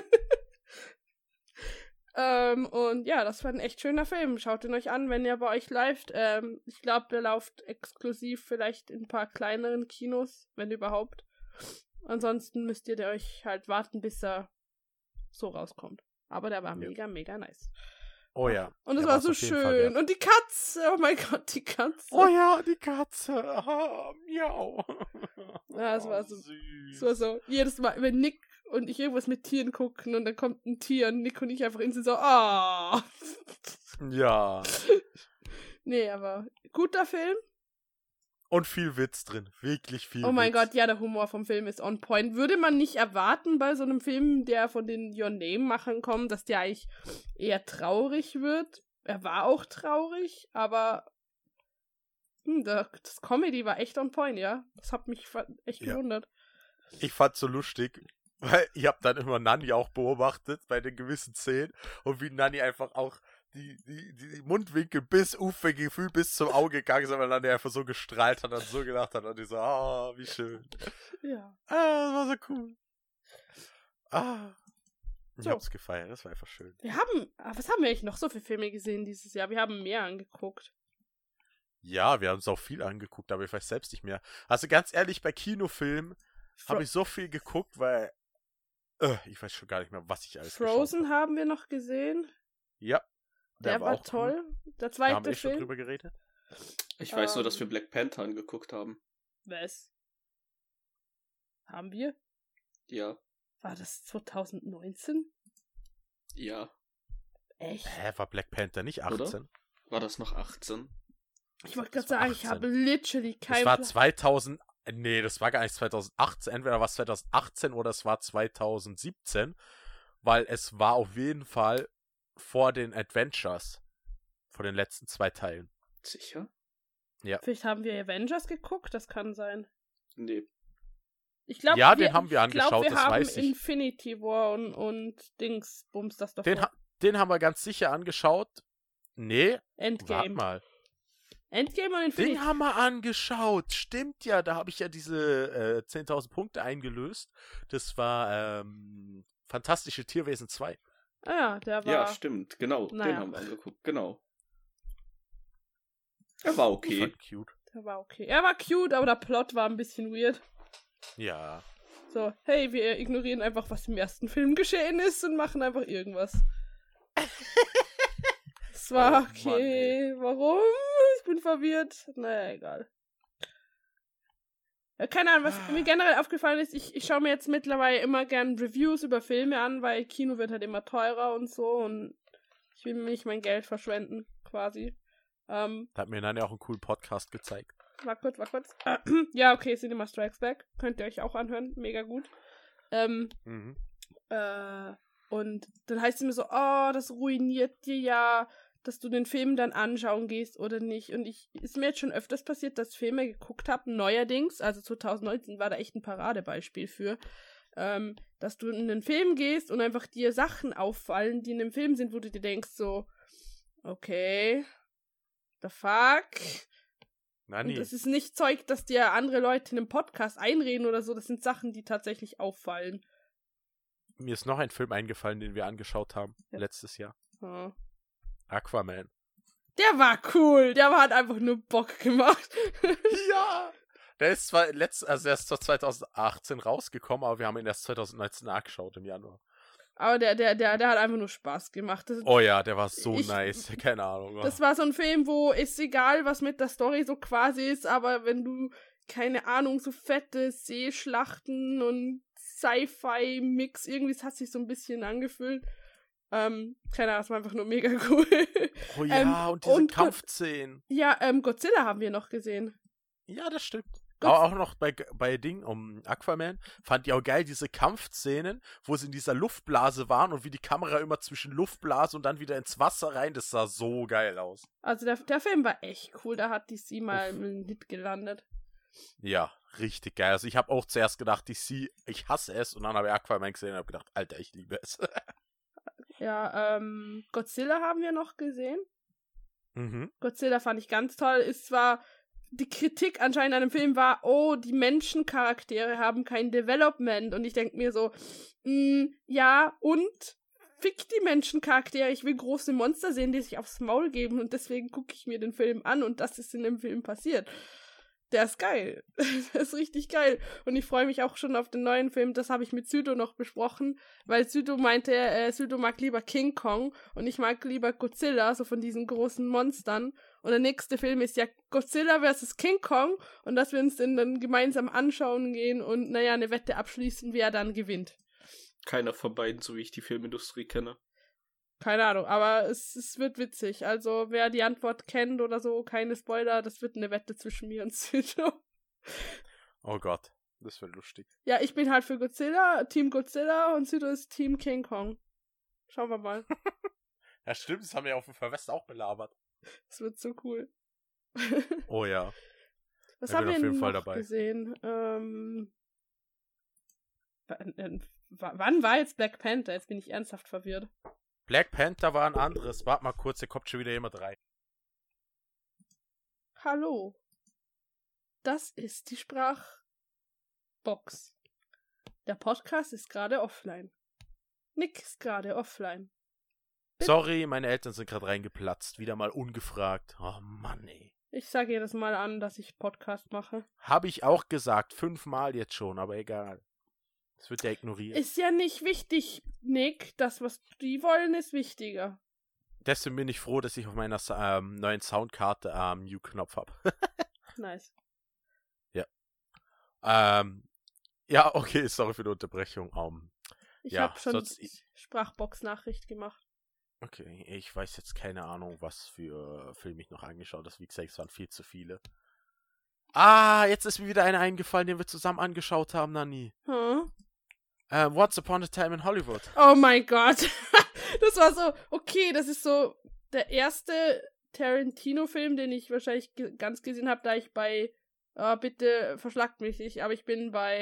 Und ja, das war ein echt schöner Film. Schaut ihn euch an, wenn ihr bei euch läuft. Ich glaube, der läuft exklusiv vielleicht in ein paar kleineren Kinos, wenn überhaupt. Ansonsten müsst ihr euch halt warten, bis er so rauskommt. Aber der war mega, mega nice. Oh ja. Und es Der war so war's auf jeden Fall schön. wert. Und die Katze, oh mein Gott, die Katze. Oh ja, die Katze. Ah, miau. Ja, es war so süß. So, jedes Mal, wenn Nick und ich irgendwas mit Tieren gucken und dann kommt ein Tier und Nick und ich einfach in so, ah. Ja. Nee, aber guter Film. Und viel Witz drin. Wirklich viel Oh mein Witz. Gott, ja, der Humor vom Film ist on point. Würde man nicht erwarten bei so einem Film, der von den Your Name-Machern kommt, dass der eigentlich eher traurig wird. Er war auch traurig, aber das Comedy war echt on point, ja. Das hat mich echt gewundert. Ich fand's so lustig, weil ich hab dann immer Nanni auch beobachtet bei den gewissen Szenen und wie Nanni einfach auch die Mundwinkel bis Gefühl bis zum Auge gegangen sind, weil Nanni einfach so gestrahlt hat und so gedacht hat und ich so, wie schön. Ja. Das war so cool. Ich So. hab's gefeiert, das war einfach schön. Was haben wir eigentlich noch so für Filme gesehen dieses Jahr? Wir haben mehr angeguckt. Ja, wir haben uns auch viel angeguckt, aber ich weiß selbst nicht mehr. Also ganz ehrlich, bei Kinofilmen habe ich so viel geguckt, weil ich weiß schon gar nicht mehr, was ich alles Frozen geschaut haben wir noch gesehen. habe. Ja. Der war auch toll. Cool. Der Da zweite haben wir schon Film. drüber geredet. Ich weiß nur, dass wir Black Panther angeguckt haben. Was? Haben wir? Ja. War das 2019? Ja. Echt? War Black Panther nicht 18? Oder? War das noch 18? Ich wollte Das gerade war sagen, ich 18. habe literally Das kein war Plan. 2000. Nee, das war gar nicht 2018. Entweder war es 2018 oder es war 2017. Weil es war auf jeden Fall vor den Adventures. Vor den letzten 2 Teilen. Sicher? Vielleicht haben wir Avengers geguckt, das kann sein. Nee. Ich glaube, Ja, den haben wir ich glaub, angeschaut, wir das haben weiß ich. Infinity War und Dingsbums das davor. Den haben wir ganz sicher angeschaut. Nee, warte Endgame. mal. Endgame und Infinity. Den haben wir angeschaut. Stimmt ja, da habe ich ja diese 10.000 Punkte eingelöst. Das war Fantastische Tierwesen 2. Ah ja, der war... Ja, stimmt, genau. Naja. Den haben wir angeguckt, genau. Er war Ich okay. fand cute. Der war okay. Er war cute, aber der Plot war ein bisschen weird. Ja. So, hey, wir ignorieren einfach, was im ersten Film geschehen ist und machen einfach irgendwas. Es war Oh Mann, okay. Warum? Ich bin verwirrt. Naja, egal. Ja, keine Ahnung, was mir generell aufgefallen ist, ich schaue mir jetzt mittlerweile immer gern Reviews über Filme an, weil Kino wird halt immer teurer und so und ich will nicht mein Geld verschwenden, quasi. Da hat mir dann ja auch einen coolen Podcast gezeigt. War kurz. Ja, okay, Cinema Strikes Back. Könnt ihr euch auch anhören. Mega gut. Mhm. Und dann heißt es mir so, oh, das ruiniert dir ja, dass du den Film dann anschauen gehst oder nicht. Und ist mir jetzt schon öfters passiert, dass ich Filme geguckt habe, neuerdings, also 2019 war da echt ein Paradebeispiel für, dass du in einen Film gehst und einfach dir Sachen auffallen, die in dem Film sind, wo du dir denkst so, okay, the fuck? Nani. Und das ist nicht Zeug, dass dir andere Leute in einem Podcast einreden oder so. Das sind Sachen, die tatsächlich auffallen. Mir ist noch ein Film eingefallen, den wir angeschaut haben, Ja. letztes Jahr. Ja. Aquaman. Der war cool. Der hat einfach nur Bock gemacht. Ja! Der ist zwar der ist zwar 2018 rausgekommen, aber wir haben ihn erst 2019 nachgeschaut im Januar. Aber der hat einfach nur Spaß gemacht. Oh ja, der war so Ich- nice. Keine Ahnung. Das war so ein Film, wo ist egal, was mit der Story so quasi ist, aber wenn du, keine Ahnung, so fette Seeschlachten und Sci-Fi-Mix, irgendwie, es hat sich so ein bisschen angefühlt. Keine Ahnung, es war einfach nur mega cool. Oh ja, und diese und- Kampfszenen. Ja, Godzilla haben wir noch gesehen. Ja, das stimmt. Gut. Aber auch noch bei Ding um Aquaman fand ich auch geil, diese Kampfszenen, wo sie in dieser Luftblase waren und wie die Kamera immer zwischen Luftblase und dann wieder ins Wasser rein, das sah so geil aus. Also der Film war echt cool, da hat DC mal einen Hit gelandet. Ja, richtig geil. Also ich habe auch zuerst gedacht, ich hasse es und dann habe ich Aquaman gesehen und habe gedacht, Alter, ich liebe es. Ja, Godzilla haben wir noch gesehen. Mhm. Godzilla fand ich ganz toll. Ist zwar die Kritik anscheinend an dem Film war, oh, die Menschencharaktere haben kein Development. Und ich denke mir so, ja, und? Fick die Menschencharaktere. Ich will große Monster sehen, die sich aufs Maul geben. Und deswegen gucke ich mir den Film an und das ist in dem Film passiert. Der ist geil. Der ist richtig geil. Und ich freue mich auch schon auf den neuen Film. Das habe ich mit Südo noch besprochen, weil Südo meinte, Südo mag lieber King Kong und ich mag lieber Godzilla, so von diesen großen Monstern. Und der nächste Film ist ja Godzilla vs. King Kong und dass wir uns den dann gemeinsam anschauen gehen und, naja, eine Wette abschließen, wer dann gewinnt. Keiner von beiden, so wie ich die Filmindustrie kenne. Keine Ahnung, aber es wird witzig. Also, wer die Antwort kennt oder so, keine Spoiler, das wird eine Wette zwischen mir und Südo. Oh Gott, das wird lustig. Ja, ich bin halt für Godzilla, Team Godzilla und Südo ist Team King Kong. Schauen wir mal. Ja, stimmt, das haben wir auf dem Verwest auch belabert. Das wird so cool. Oh ja. Was Ich haben bin wir auf jeden noch Fall dabei. gesehen? Wann war jetzt Black Panther? Jetzt bin ich ernsthaft verwirrt. Black Panther war ein anderes. Warte mal kurz, hier kommt schon wieder jemand rein. Hallo. Das ist die Sprachbox. Der Podcast ist gerade offline. Nick ist gerade offline. Sorry, meine Eltern sind gerade reingeplatzt. Wieder mal ungefragt. Oh Mann, ey. Ich sage jedes Mal an, dass ich Podcast mache. Habe ich auch gesagt. 5-mal jetzt schon, aber egal. Das wird ja ignoriert. Ist ja nicht wichtig, Nick. Das, was die wollen, ist wichtiger. Deswegen bin ich froh, dass ich auf meiner neuen Soundkarte Mute-Knopf habe. Nice. Ja. Ja, okay, sorry für die Unterbrechung. Ich ja, habe schon Sprachbox-Nachricht gemacht. Okay, ich weiß jetzt keine Ahnung, was für Filme ich noch angeschaut habe. Wie gesagt, es waren viel zu viele. Jetzt ist mir wieder einer eingefallen, den wir zusammen angeschaut haben, Nani. Hm? Once Upon a Time in Hollywood. Oh mein Gott. Das war so, okay, das ist so der erste Tarantino-Film, den ich wahrscheinlich ganz gesehen habe, da ich bei, bitte verschlagt mich nicht, aber ich bin bei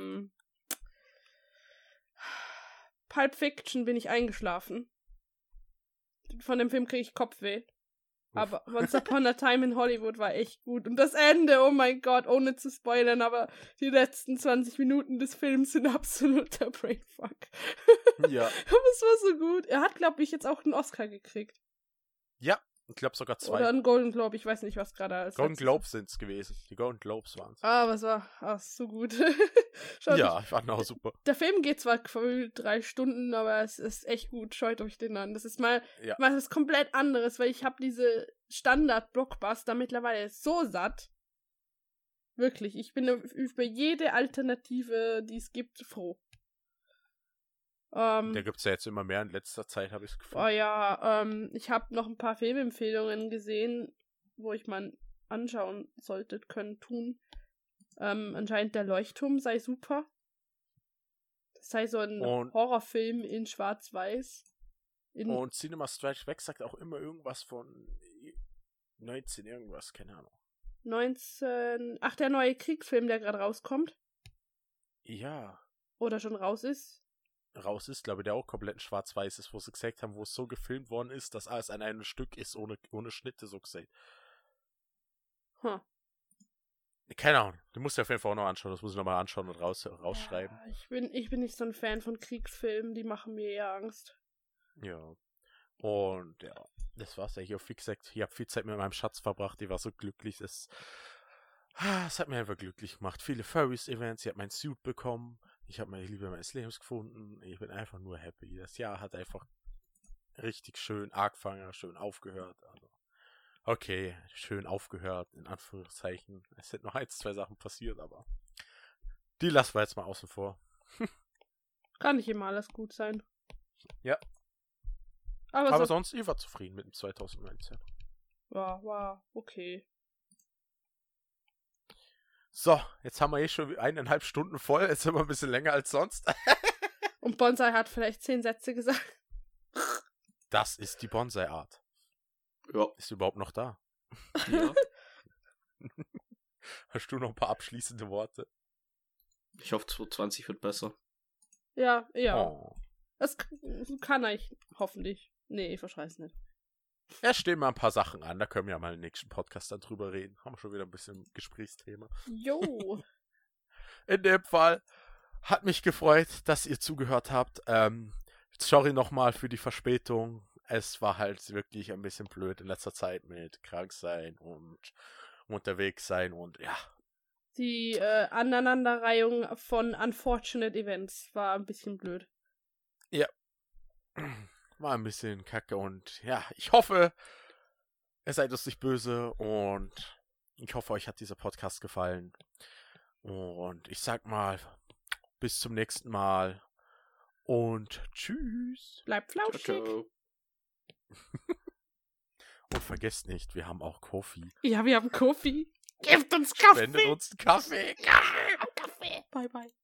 Pulp Fiction bin ich eingeschlafen. Von dem Film kriege ich Kopfweh. Aber Once Upon a Time in Hollywood war echt gut. Und das Ende, oh mein Gott, ohne zu spoilern, aber die letzten 20 Minuten des Films sind absoluter Brainfuck. Ja. Aber es war so gut. Er hat, glaube ich, jetzt auch einen Oscar gekriegt. Ja, ich glaube sogar 2. Oder einen Golden Globe, ich weiß nicht, was gerade als Golden Globes sind es gewesen. Die Golden Globes waren es. Aber es war so gut. Ja, ich fand auch super. Der Film geht zwar 3 Stunden, aber es ist echt gut. Schaut euch den an. Das ist mal was komplett anderes, weil ich habe diese Standard-Blockbuster mittlerweile so satt. Wirklich, ich bin über jede Alternative, die es gibt, froh. Da gibt es ja jetzt immer mehr in letzter Zeit, habe ich das Gefühl. Oh ja, ich habe noch ein paar Filmempfehlungen gesehen, wo ich mal anschauen sollte, tun. Anscheinend der Leuchtturm sei super. Das sei so ein Horrorfilm in Schwarz-Weiß. Und Cinema Strikes Back sagt auch immer irgendwas von 19 irgendwas, keine Ahnung. 19... Ach, der neue Kriegsfilm, der gerade rauskommt? Ja. Oder schon raus ist? Raus ist, glaube ich, der auch komplett in Schwarz-Weiß ist, wo sie gesagt haben, wo es so gefilmt worden ist, dass alles an einem Stück ist, ohne Schnitte, so gesagt. Keine Ahnung, du musst dir auf jeden Fall auch noch anschauen, das muss ich nochmal anschauen und rausschreiben. Ja, ich bin nicht so ein Fan von Kriegsfilmen, die machen mir eher Angst. Ja. Und ja, das war's ja hier. Wie gesagt, ich habe viel Zeit mit meinem Schatz verbracht, die war so glücklich, es hat mir einfach glücklich gemacht. Viele Furries-Events, ich habe mein Suit bekommen, ich habe meine Liebe meines Lebens gefunden, ich bin einfach nur happy. Das Jahr hat einfach richtig schön angefangen, schön aufgehört, also okay, schön aufgehört, in Anführungszeichen. Es sind noch 1-2 Sachen passiert, aber die lassen wir jetzt mal außen vor. Kann nicht immer alles gut sein. Ja. Aber sonst, ich war zufrieden mit dem 2019. War okay. So, jetzt haben wir schon 1,5 Stunden voll, jetzt sind wir ein bisschen länger als sonst. Und Bonsai hat vielleicht 10 Sätze gesagt. Das ist die Bonsai-Art. Ja. Ist sie überhaupt noch da? Ja. Hast du noch ein paar abschließende Worte? Ich hoffe, 2020 wird besser. Ja. Oh. Das kann ich hoffentlich. Nee, ich verschrei's nicht. Ja, stehen mal ein paar Sachen an, da können wir ja mal im nächsten Podcast dann drüber reden. Haben wir schon wieder ein bisschen Gesprächsthema. Jo. In dem Fall hat mich gefreut, dass ihr zugehört habt. Sorry nochmal für die Verspätung. Es war halt wirklich ein bisschen blöd in letzter Zeit mit krank sein und unterwegs sein und ja. Die Aneinanderreihung von Unfortunate Events war ein bisschen blöd. Ja. War ein bisschen kacke und ja, ich hoffe, ihr seid uns nicht böse und ich hoffe, euch hat dieser Podcast gefallen. Und ich sag mal, bis zum nächsten Mal und tschüss. Bleibt flauschig. Ciao. Und vergesst nicht, wir haben auch Kofi. Ja, wir haben Kofi. Gebt uns Kaffee. Spendet uns einen Kaffee. Kaffee. Bye, bye.